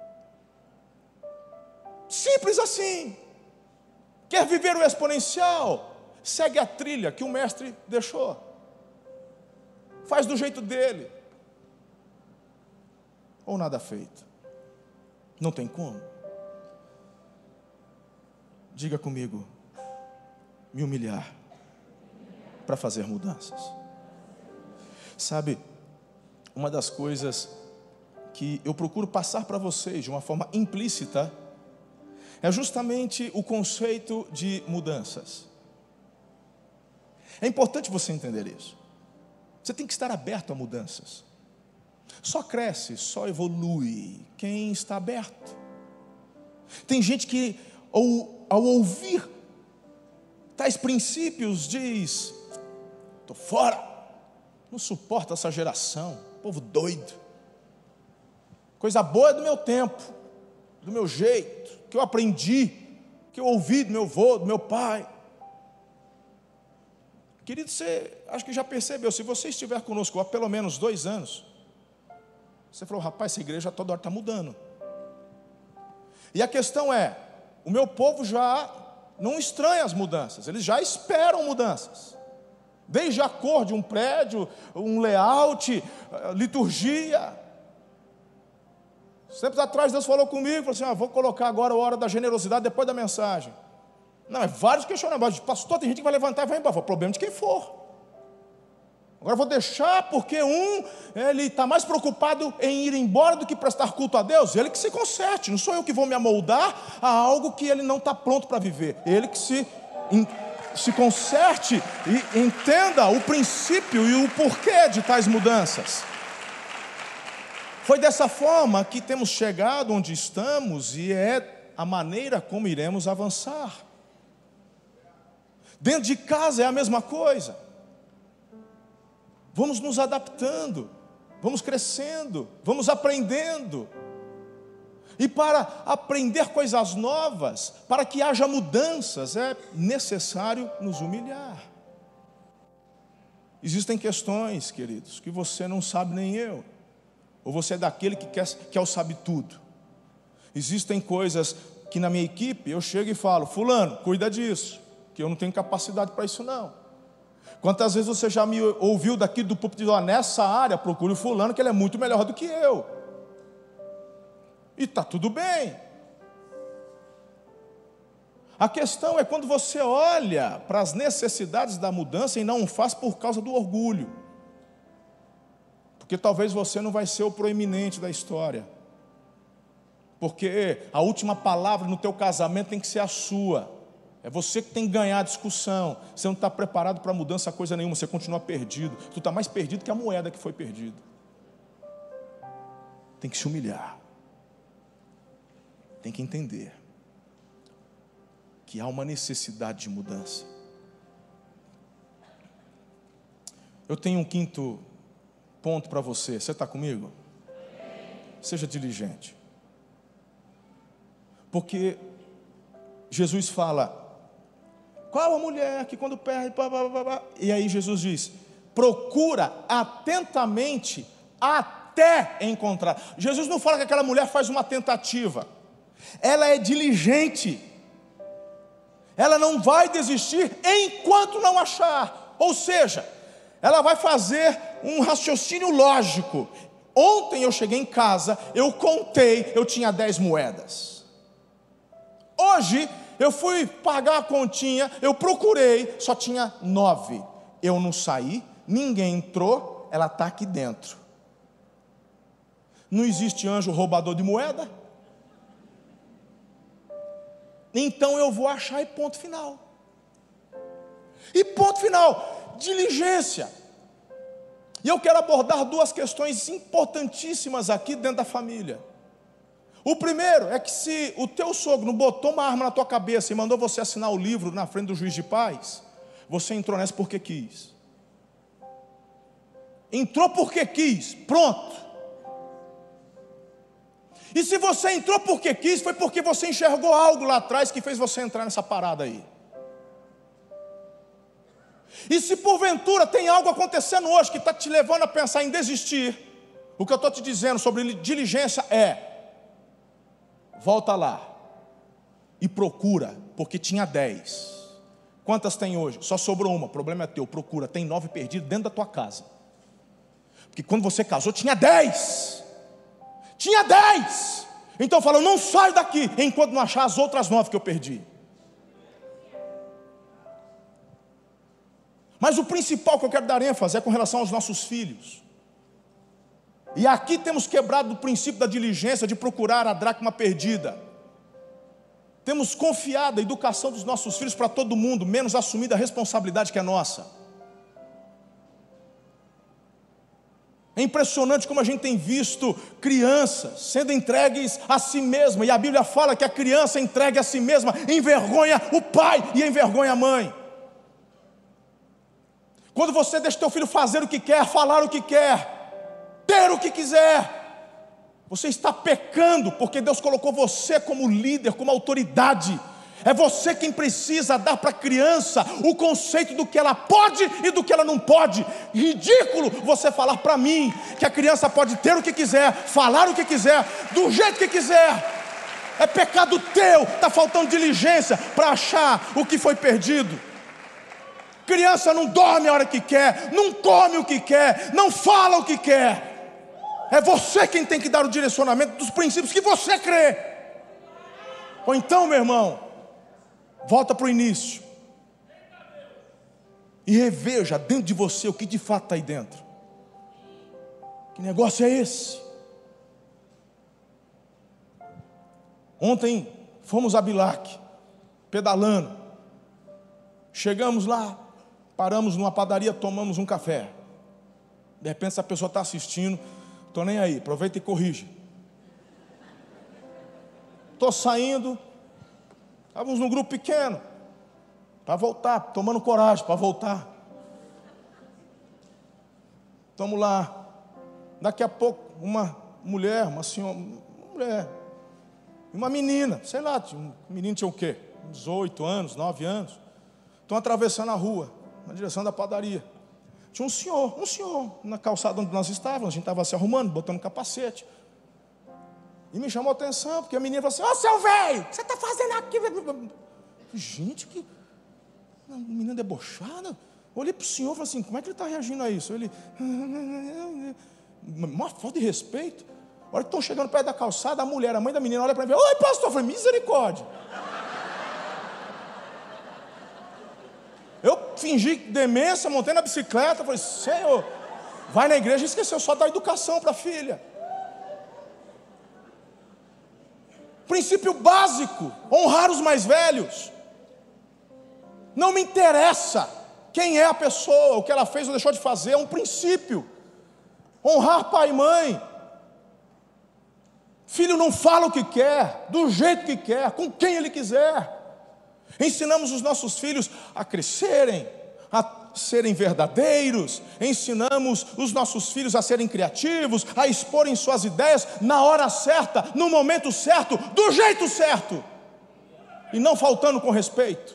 Simples assim. Quer viver o exponencial? Segue a trilha que o mestre deixou. Faz do jeito dele. Ou nada feito. Não tem como. Diga comigo, me humilhar para fazer mudanças. Sabe, uma das coisas que eu procuro passar para vocês de uma forma implícita é justamente o conceito de mudanças. É importante você entender isso. Você tem que estar aberto a mudanças. Só cresce, só evolui quem está aberto. Tem gente que ao, ao ouvir tais princípios diz, estou fora, não suporto essa geração, povo doido. Coisa boa é do meu tempo, do meu jeito, que eu aprendi, que eu ouvi do meu avô, do meu pai. Querido, você acho que já percebeu, se você estiver conosco há pelo menos dois anos, você falou, rapaz, essa igreja toda hora está mudando. E a questão é, o meu povo já não estranha as mudanças, eles já esperam mudanças. Desde a cor de um prédio, um layout, liturgia. Tempos atrás Deus falou comigo, falou assim, ah, vou colocar agora a hora da generosidade depois da mensagem. Não, é vários questionamentos. Pastor, tem gente que vai levantar e vai embora. Foi o problema de quem for. Agora eu vou deixar porque um, ele está mais preocupado em ir embora do que prestar culto a Deus. Ele que se conserte, não sou eu que vou me amoldar a algo que ele não está pronto para viver. Ele que se, se conserte e entenda o princípio e o porquê de tais mudanças. Foi dessa forma que temos chegado onde estamos e é a maneira como iremos avançar. Dentro de casa é a mesma coisa. Vamos nos adaptando, vamos crescendo, vamos aprendendo. E para aprender coisas novas, para que haja mudanças, é necessário nos humilhar. Existem questões, queridos, que você não sabe nem eu. Ou você é daquele que quer, quer o sabe tudo. Existem coisas que na minha equipe eu chego e falo, fulano, cuida disso, que eu não tenho capacidade para isso não. Quantas vezes você já me ouviu daqui do púlpito dizer, nessa área, procure o fulano, que ele é muito melhor do que eu. E está tudo bem. A questão é quando você olha para as necessidades da mudança e não o faz por causa do orgulho. Porque Porque talvez você não vai ser o proeminente da história. Porque a última palavra no teu casamento tem que ser a sua. É você que tem que ganhar a discussão. Você não está preparado para mudança coisa nenhuma, você continua perdido. Tu está mais perdido que a moeda que foi perdida. Tem que se humilhar. Tem que entender que há uma necessidade de mudança. Eu tenho um quinto ponto para você. Você está comigo? Seja diligente. Porque Jesus fala, qual a mulher que quando perde, pá, pá, pá, pá, e aí Jesus diz, procura atentamente até encontrar. Jesus não fala que aquela mulher faz uma tentativa, ela é diligente, ela não vai desistir enquanto não achar, ou seja, ela vai fazer um raciocínio lógico. Ontem eu cheguei em casa, eu contei, eu tinha dez moedas. Hoje eu fui pagar a continha, eu procurei, só tinha nove. Eu não saí, ninguém entrou, ela está aqui dentro. Não existe anjo roubador de moeda? Então eu vou achar e ponto final. E ponto final, diligência. E eu quero abordar duas questões importantíssimas aqui dentro da família. O primeiro é que se o teu sogro não botou uma arma na tua cabeça e mandou você assinar o livro na frente do juiz de paz, você entrou nessa porque quis. Entrou porque quis, pronto. E se você entrou porque quis, foi porque você enxergou algo lá atrás que fez você entrar nessa parada aí. E se porventura tem algo acontecendo hoje que está te levando a pensar em desistir, o que eu estou te dizendo sobre diligência é, volta lá e procura, porque tinha dez. Quantas tem hoje? Só sobrou uma, o problema é teu, procura, tem nove perdidas dentro da tua casa. Porque quando você casou tinha dez. Tinha dez. Então fala, eu não saio daqui enquanto não achar as outras nove que eu perdi. Mas o principal que eu quero dar ênfase é com relação aos nossos filhos. E aqui temos quebrado o princípio da diligência de procurar a dracma perdida. Temos confiado a educação dos nossos filhos para todo mundo, menos assumida a responsabilidade que é nossa. É impressionante como a gente tem visto crianças sendo entregues a si mesma. E a Bíblia fala que a criança entregue a si mesma envergonha o pai e envergonha a mãe. Quando você deixa teu filho fazer o que quer, falar o que quer, ter o que quiser, você está pecando, porque Deus colocou você como líder, como autoridade. É você quem precisa dar para a criança o conceito do que ela pode e do que ela não pode. Ridículo você falar para mim que a criança pode ter o que quiser, falar o que quiser, do jeito que quiser. É pecado teu, está faltando diligência para achar o que foi perdido. Criança não dorme a hora que quer, não come o que quer, não fala o que quer. É você quem tem que dar o direcionamento dos princípios que você crê. Ou então, meu irmão, volta para o início e reveja dentro de você o que de fato está aí dentro. Que negócio é esse? Ontem fomos a Bilac, pedalando. Chegamos lá, paramos numa padaria, tomamos um café. De repente essa pessoa está assistindo, estou nem aí, aproveita e corrige. Estou saindo, estávamos num grupo pequeno, para voltar, tomando coragem para voltar. Estamos lá, daqui a pouco uma mulher, uma senhora, uma mulher, uma menina, sei lá, um menino tinha o quê? Uns oito anos, nove anos. Estão atravessando a rua, na direção da padaria. Tinha um senhor, um senhor, na calçada onde nós estávamos, a gente estava se arrumando, botando capacete. E me chamou a atenção, porque a menina falou assim, ô seu velho, o que você está fazendo aqui? Gente, que menina debochada. Olhei para o senhor e falei assim, como é que ele está reagindo a isso? Ele, uma falta de respeito. A hora que estão chegando perto da calçada, a mulher, a mãe da menina, olha para mim, oi pastor, eu falei, misericórdia. Eu fingi demência, montei na bicicleta, falei, Senhor, Vai na igreja e esqueceu só da educação para a filha. Princípio básico: honrar os mais velhos. Não me interessa quem é a pessoa, o que ela fez ou deixou de fazer, é um princípio. Honrar pai e mãe. Filho não fala o que quer, do jeito que quer, com quem ele quiser. Ensinamos os nossos filhos a crescerem, a serem verdadeiros. Ensinamos os nossos filhos a serem criativos, a exporem suas ideias na hora certa, no momento certo, do jeito certo, e não faltando com respeito.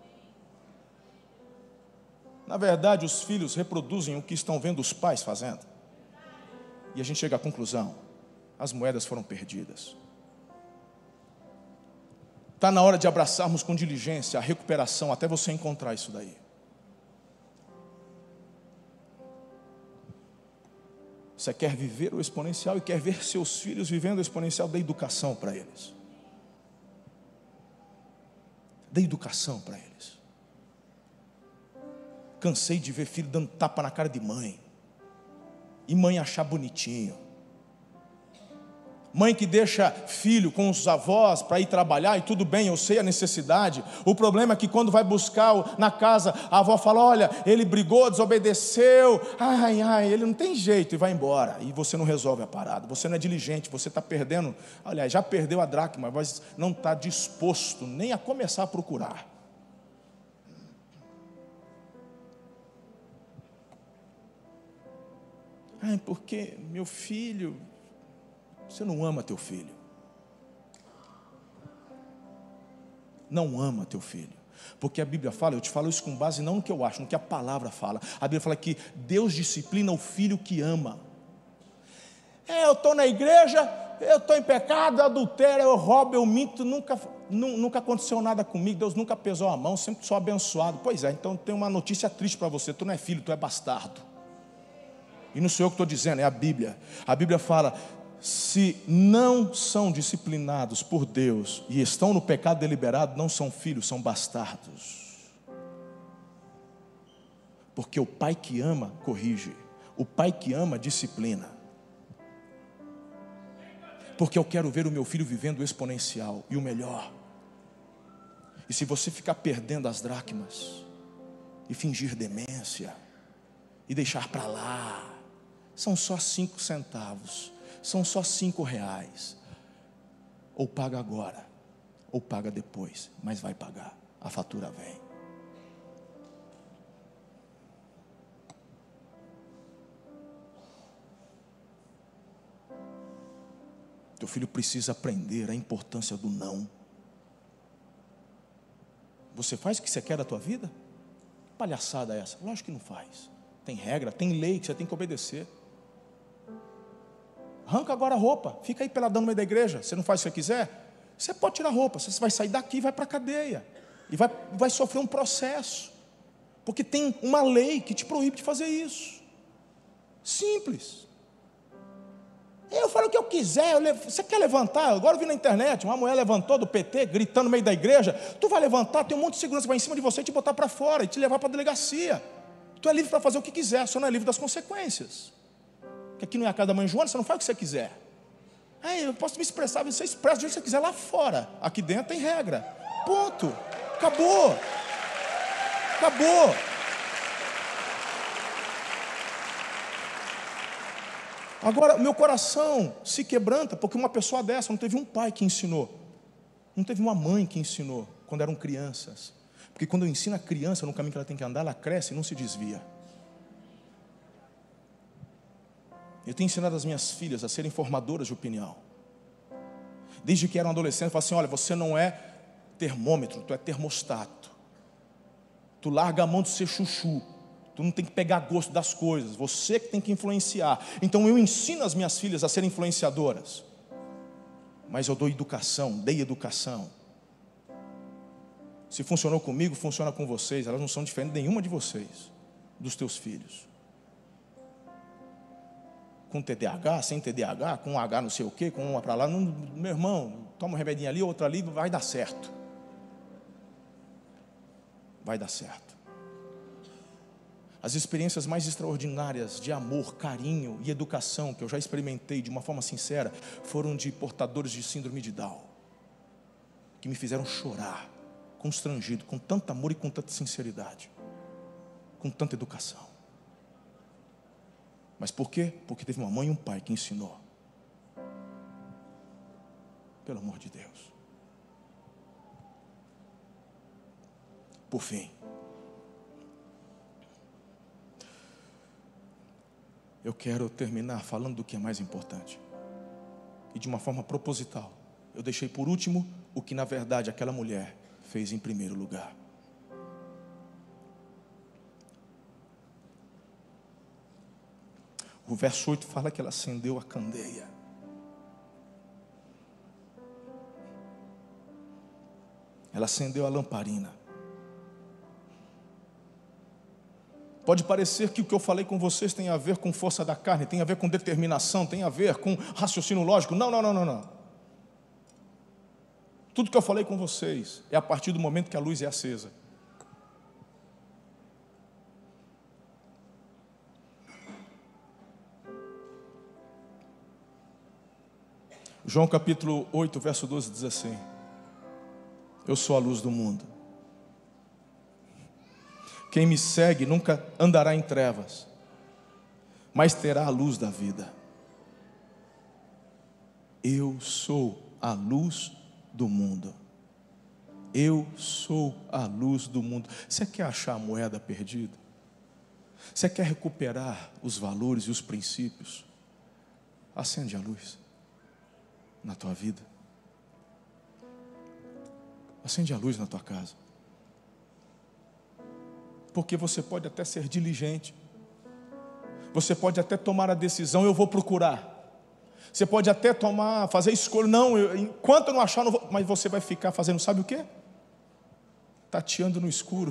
Na verdade, os filhos reproduzem o que estão vendo os pais fazendo. E a gente chega à conclusão: as moedas foram perdidas. Está na hora de abraçarmos com diligência a recuperação, até você encontrar isso daí. Você quer viver o exponencial e quer ver seus filhos vivendo o exponencial, dê educação para eles. Dê educação para eles. Cansei de ver filho dando tapa na cara de mãe, e mãe achar bonitinho. Mãe que deixa filho com os avós para ir trabalhar, e tudo bem, eu sei a necessidade. O problema é que quando vai buscar na casa, a avó fala: olha, ele brigou, desobedeceu, ai, ai, ele não tem jeito, e vai embora. E você não resolve a parada, você não é diligente, você está perdendo, aliás, já perdeu a dracma, mas não está disposto nem a começar a procurar. Ai, porque meu filho... Você não ama teu filho. Não ama teu filho. Porque a Bíblia fala, eu te falo isso com base não no que eu acho, no que a palavra fala. A Bíblia fala que Deus disciplina o filho que ama. É, eu estou na igreja, eu estou em pecado, eu adultério, eu roubo, eu minto, nunca, nunca aconteceu nada comigo, Deus nunca pesou a mão, sempre sou abençoado. Pois é, então tem uma notícia triste para você: tu não é filho, tu é bastardo. E não sou eu que estou dizendo, é a Bíblia. A Bíblia fala: se não são disciplinados por Deus e estão no pecado deliberado, não são filhos, são bastardos. Porque o pai que ama, corrige. O pai que ama, disciplina. Porque eu quero ver o meu filho vivendo o exponencial e o melhor. E se você ficar perdendo as dracmas e fingir demência e deixar para lá, são só cinco centavos. São só cinco reais. Ou paga agora, ou paga depois, mas vai pagar, a fatura vem. Teu filho precisa aprender a importância do não. Você faz o que você quer da tua vida? Que palhaçada é essa? Lógico que não faz. Tem regra, tem lei que você tem que obedecer. Arranca agora a roupa, fica aí peladão no meio da igreja. Você não faz o que você quiser? Você pode tirar a roupa, você vai sair daqui e vai para a cadeia. E vai, vai sofrer um processo. Porque tem uma lei que te proíbe de fazer isso. Simples. Eu falo o que eu quiser. Eu levo, você quer levantar? Agora eu vi na internet, uma mulher levantou do P T, gritando no meio da igreja. Tu vai levantar, tem um monte de segurança que vai em cima de você e te botar para fora, e te levar para a delegacia. Tu é livre para fazer o que quiser, só não é livre das consequências. Porque aqui não é a casa da mãe Joana, você não faz o que você quiser. Aí, eu posso me expressar, você expressa do jeito que você quiser lá fora. Aqui dentro tem regra. Ponto. Acabou. Acabou. Agora, meu coração se quebranta porque uma pessoa dessa não teve um pai que ensinou. Não teve uma mãe que ensinou quando eram crianças. Porque quando eu ensino a criança no caminho que ela tem que andar, ela cresce e não se desvia. Eu tenho ensinado as minhas filhas a serem formadoras de opinião. Desde que eram adolescentes, eu falo assim: olha, você não é termômetro, tu é termostato. Tu larga a mão de ser chuchu. Tu não tem que pegar gosto das coisas, você que tem que influenciar. Então eu ensino as minhas filhas a serem influenciadoras. Mas eu dou educação, dei educação. Se funcionou comigo, funciona com vocês. Elas não são diferentes de nenhuma de vocês, dos teus filhos. Com T D A H, sem T D A H, com um H não sei o quê, com uma para lá. Não, meu irmão, toma um remedinho ali, outro ali, vai dar certo. Vai dar certo. As experiências mais extraordinárias de amor, carinho e educação que eu já experimentei de uma forma sincera foram de portadores de síndrome de Down, que me fizeram chorar, constrangido, com tanto amor e com tanta sinceridade, com tanta educação. Mas por quê? Porque teve uma mãe e um pai que ensinou. Pelo amor de Deus. Por fim, eu quero terminar falando do que é mais importante. E de uma forma proposital. Eu deixei por último o que na verdade aquela mulher fez em primeiro lugar. O verso oito fala que ela acendeu a candeia. Ela acendeu a lamparina. Pode parecer que o que eu falei com vocês tem a ver com força da carne, tem a ver com determinação, tem a ver com raciocínio lógico. Não, não, não, não, não. Tudo que eu falei com vocês é a partir do momento que a luz é acesa. João capítulo oito, verso doze diz assim: eu sou a luz do mundo. Quem me segue nunca andará em trevas, mas terá a luz da vida. Eu sou a luz do mundo. Eu sou a luz do mundo. Você quer achar a moeda perdida? Você quer recuperar os valores e os princípios? Acende a luz na tua vida. Acende a luz na tua casa. Porque você pode até ser diligente. Você pode até tomar a decisão, eu vou procurar. Você pode até tomar, fazer escolha. Não, eu, enquanto eu não achar, eu não vou. Mas você vai ficar fazendo, sabe o quê? Tateando no escuro.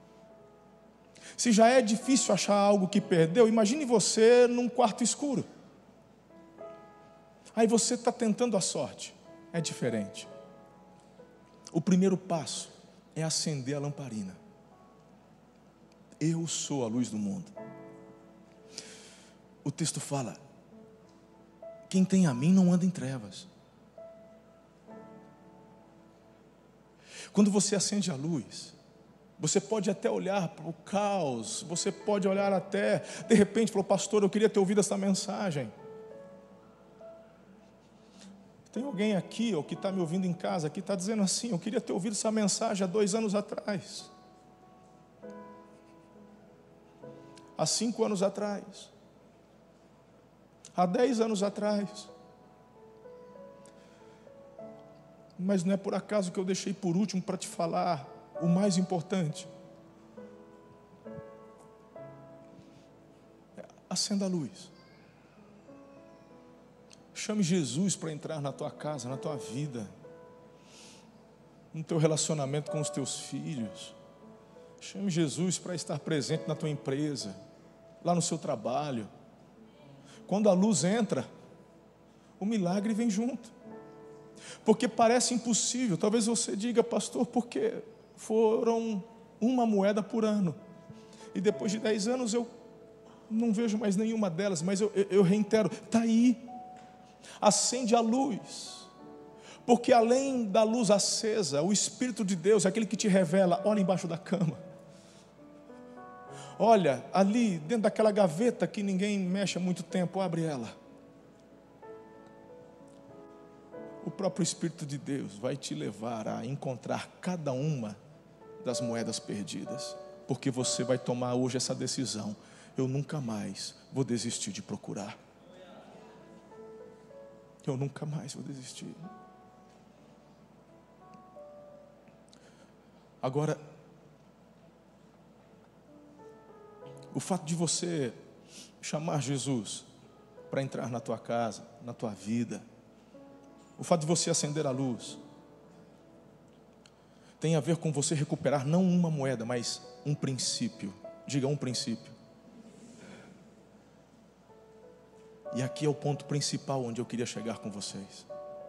Se já é difícil achar algo que perdeu, imagine você num quarto escuro. Aí você está tentando a sorte. É diferente. O primeiro passo é acender a lamparina. Eu sou a luz do mundo. O texto fala: quem tem a mim não anda em trevas. Quando você acende a luz, você pode até olhar para o caos, você pode olhar até, de repente, falou: pastor, eu queria ter ouvido essa mensagem. Tem alguém aqui, ou que está me ouvindo em casa, que está dizendo assim: eu queria ter ouvido essa mensagem há dois anos atrás, há cinco anos atrás, há dez anos atrás. Mas não é por acaso que eu deixei por último para te falar o mais importante. Acenda a luz. Chame Jesus para entrar na tua casa, na tua vida, no teu relacionamento com os teus filhos. Chame Jesus para estar presente na tua empresa, lá no seu trabalho. Quando a luz entra, o milagre vem junto. Porque parece impossível. Talvez você diga: pastor, porque foram uma moeda por ano, e depois de dez anos eu não vejo mais nenhuma delas. Mas eu, eu, eu reitero, está aí. Acende a luz, porque além da luz acesa, o Espírito de Deus é aquele que te revela: olha embaixo da cama, olha ali dentro daquela gaveta que ninguém mexe há muito tempo, abre ela. O próprio Espírito de Deus vai te levar a encontrar cada uma das moedas perdidas, porque você vai tomar hoje essa decisão: eu nunca mais vou desistir de procurar. Eu nunca mais vou desistir. Agora, o fato de você chamar Jesus para entrar na tua casa, na tua vida, o fato de você acender a luz, tem a ver com você recuperar não uma moeda, mas um princípio. Diga: um princípio. E aqui é o ponto principal onde eu queria chegar com vocês.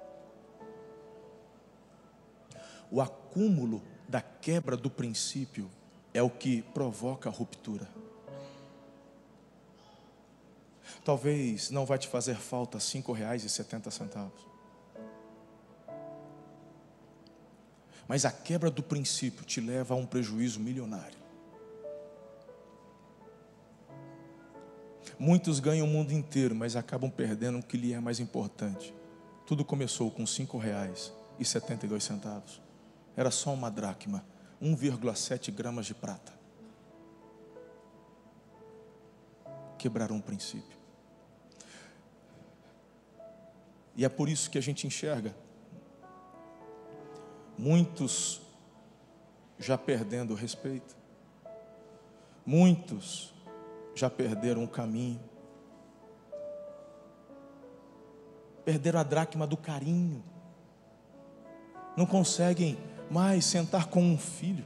O acúmulo da quebra do princípio é o que provoca a ruptura. Talvez não vai te fazer falta cinco reais e setenta centavos. Mas a quebra do princípio te leva a um prejuízo milionário. Muitos ganham o mundo inteiro, mas acabam perdendo o que lhe é mais importante. Tudo começou com cinco reais e setenta e dois centavos. Era só uma dracma, um vírgula sete gramas de prata. Quebraram um princípio. E é por isso que a gente enxerga muitos já perdendo o respeito, muitos já perderam o caminho, perderam a dracma do carinho, não conseguem mais sentar com um filho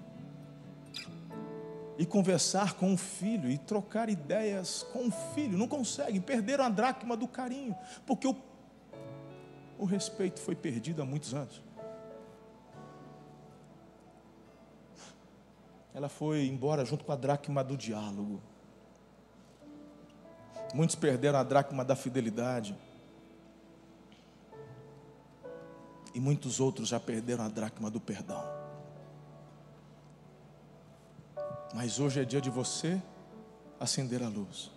e conversar com um filho e trocar ideias com um filho, não conseguem, perderam a dracma do carinho, porque o, o respeito foi perdido há muitos anos. Ela foi embora junto com a dracma do diálogo. Muitos perderam a dracma da fidelidade. E muitos outros já perderam a dracma do perdão. Mas hoje é dia de você acender a luz.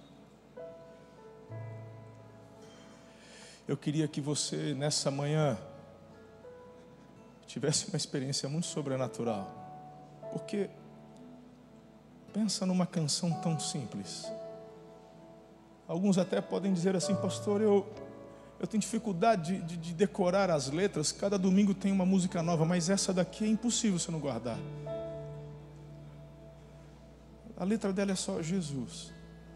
Eu queria que você, nessa manhã, tivesse uma experiência muito sobrenatural. Porque pensa numa canção tão simples. Alguns até podem dizer assim: pastor, eu, eu tenho dificuldade de, de, de decorar as letras. Cada domingo tem uma música nova, mas essa daqui é impossível você não guardar. A letra dela é só Jesus.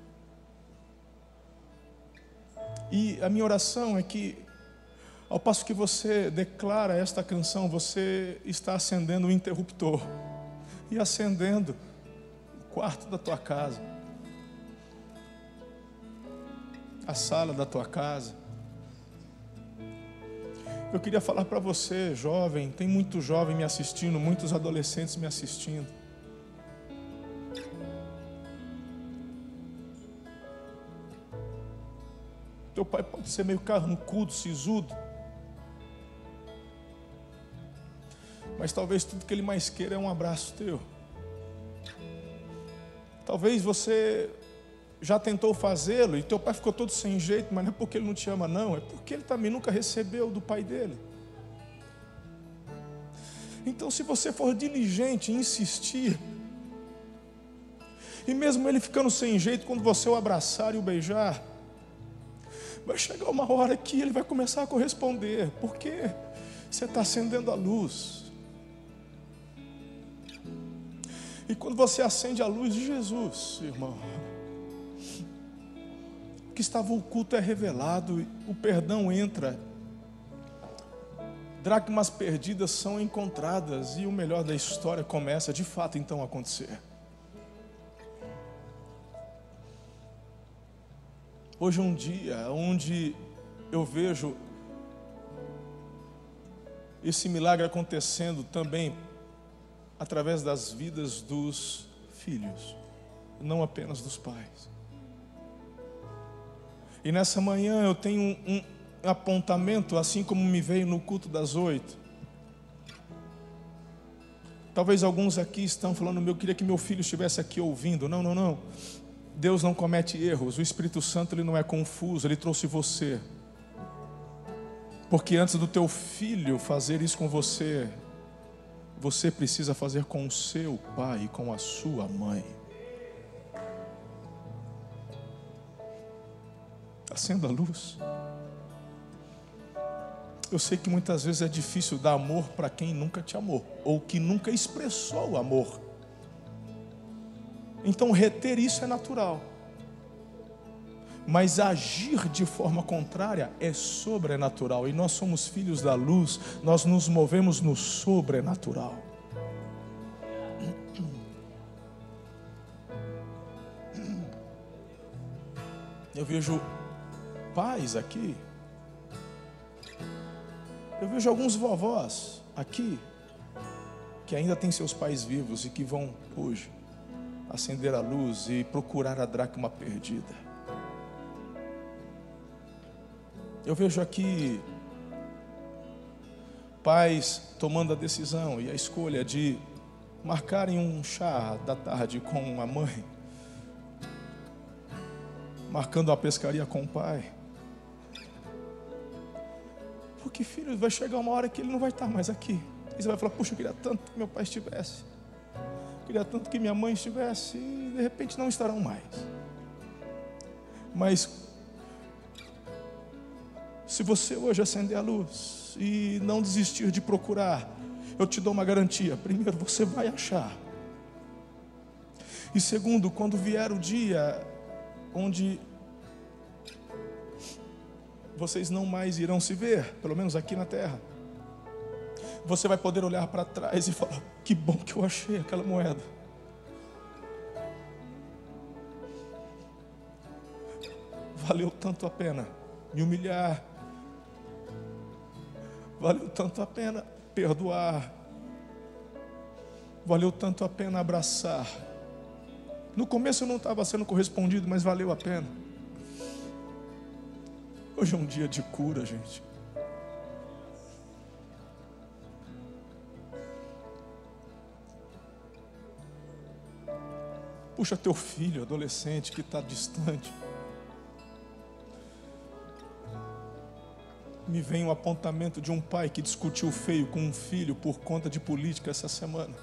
E a minha oração é que, ao passo que você declara esta canção, você está acendendo o interruptor e acendendo o quarto da tua casa, a sala da tua casa. Eu queria falar para você, jovem, tem muito jovem me assistindo, muitos adolescentes me assistindo. Teu pai pode ser meio carrancudo, sisudo, mas talvez tudo que ele mais queira é um abraço teu. Talvez você já tentou fazê-lo e teu pai ficou todo sem jeito, mas não é porque ele não te ama não, é porque ele também nunca recebeu do pai dele. Então, se você for diligente em insistir, e mesmo ele ficando sem jeito, quando você o abraçar e o beijar, vai chegar uma hora que ele vai começar a corresponder, porque você está acendendo a luz. E quando você acende a luz de Jesus, irmão, o que estava oculto é revelado, o perdão entra, dracmas perdidas são encontradas, e o melhor da história começa de fato então a acontecer. Hoje é um dia onde eu vejo esse milagre acontecendo também através das vidas dos filhos, não apenas dos pais. E nessa manhã eu tenho um, um apontamento, assim como me veio no culto das oito. Talvez alguns aqui estão falando: eu queria que meu filho estivesse aqui ouvindo. Não, não, não. Deus não comete erros. O Espírito Santo, ele não é confuso. Ele trouxe você, porque antes do teu filho fazer isso com você, você precisa fazer com o seu pai e com a sua mãe. Acenda a luz. Eu sei que muitas vezes é difícil dar amor para quem nunca te amou, ou que nunca expressou o amor. Então reter isso é natural, mas agir de forma contrária é sobrenatural. E nós somos filhos da luz, nós nos movemos no sobrenatural. Eu vejo pais aqui, eu vejo alguns vovós aqui que ainda têm seus pais vivos e que vão hoje acender a luz e procurar a dracma perdida. Eu vejo aqui pais tomando a decisão e a escolha de marcarem um chá da tarde com a mãe, marcando a pescaria com o pai. Porque, filho, vai chegar uma hora que ele não vai estar mais aqui. E você vai falar, puxa, eu queria tanto que meu pai estivesse. Eu queria tanto que minha mãe estivesse. E de repente não estarão mais. Mas, se você hoje acender a luz e não desistir de procurar, eu te dou uma garantia. Primeiro, você vai achar. E segundo, quando vier o dia onde vocês não mais irão se ver, pelo menos aqui na terra, você vai poder olhar para trás e falar, que bom que eu achei aquela moeda. Valeu tanto a pena me humilhar. Valeu tanto a pena perdoar. Valeu tanto a pena abraçar. No começo eu não estava sendo correspondido, mas valeu a pena. Hoje é um dia de cura, gente. Puxa teu filho, adolescente, que está distante. Me vem um apontamento de um pai que discutiu feio com um filho por conta de política essa semana.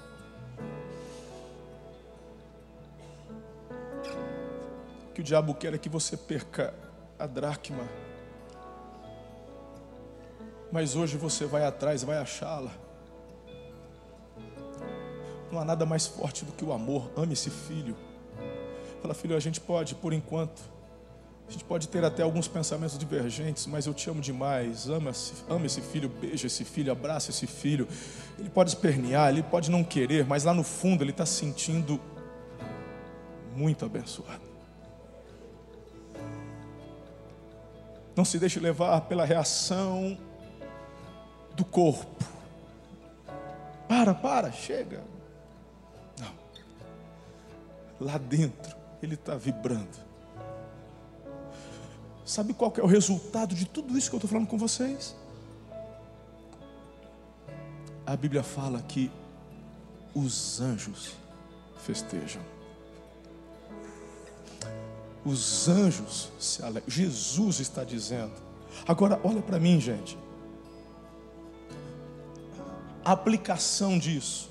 Que o diabo quer é que você perca a dracma. Mas hoje você vai atrás, vai achá-la. Não há nada mais forte do que o amor. Ame esse filho. Fala, filho, a gente pode, por enquanto, a gente pode ter até alguns pensamentos divergentes, mas eu te amo demais. Ama esse, ama esse filho, beija esse filho, abraça esse filho. Ele pode espernear, ele pode não querer, mas lá no fundo ele está se sentindo muito abençoado. Não se deixe levar pela reação do corpo. Para, para, chega. Não. Lá dentro ele está vibrando. Sabe qual que é o resultado de tudo isso que eu estou falando com vocês? A Bíblia fala que os anjos festejam. Os anjos se alegram. Jesus está dizendo. Agora, olha para mim, gente. A aplicação disso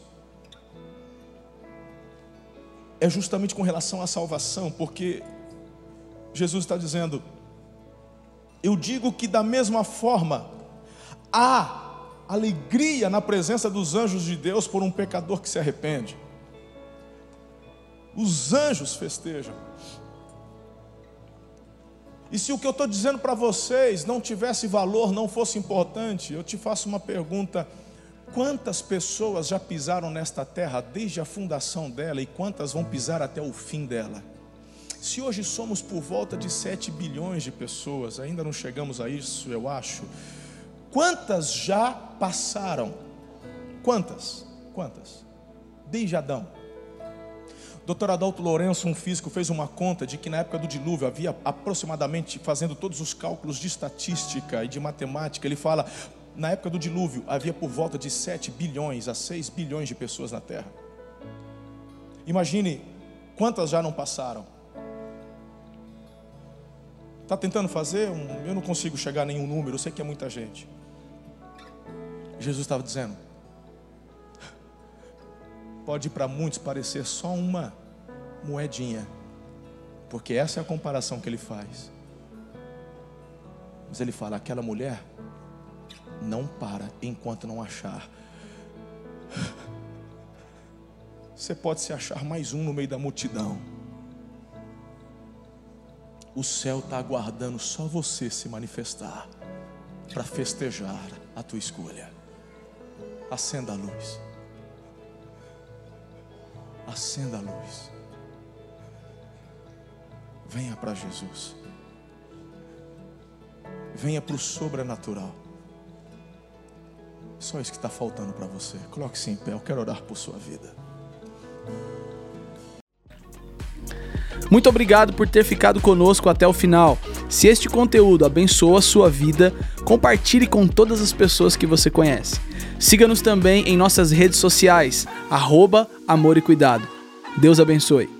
é justamente com relação à salvação, porque Jesus está dizendo, eu digo que da mesma forma há alegria na presença dos anjos de Deus por um pecador que se arrepende. Os anjos festejam. E se o que eu estou dizendo para vocês não tivesse valor, não fosse importante, eu te faço uma pergunta: quantas pessoas já pisaram nesta terra desde a fundação dela e quantas vão pisar até o fim dela? Se hoje somos por volta de sete bilhões de pessoas, ainda não chegamos a isso, eu acho. Quantas já passaram? Quantas? Quantas? Desde Adão. doutor Adalto Lourenço, um físico, fez uma conta de que na época do dilúvio havia aproximadamente, fazendo todos os cálculos de estatística e de matemática, ele fala, na época do dilúvio havia por volta de sete bilhões a seis bilhões de pessoas na terra. Imagine quantas já não passaram. Está tentando fazer? Um, eu não consigo chegar a nenhum número, eu sei que é muita gente. Jesus estava dizendo, pode para muitos parecer só uma moedinha, porque essa é a comparação que ele faz. Mas ele fala, aquela mulher não para enquanto não achar. Você pode se achar mais um no meio da multidão. O céu está aguardando só você se manifestar para festejar a tua escolha. Acenda a luz. Acenda a luz. Venha para Jesus. Venha para o sobrenatural. Só isso que está faltando para você. Coloque-se em pé, eu quero orar por sua vida. Muito obrigado por ter ficado conosco até o final. Se este conteúdo abençoa a sua vida, compartilhe com todas as pessoas que você conhece. Siga-nos também em nossas redes sociais, arroba Amor e Cuidado. Deus abençoe.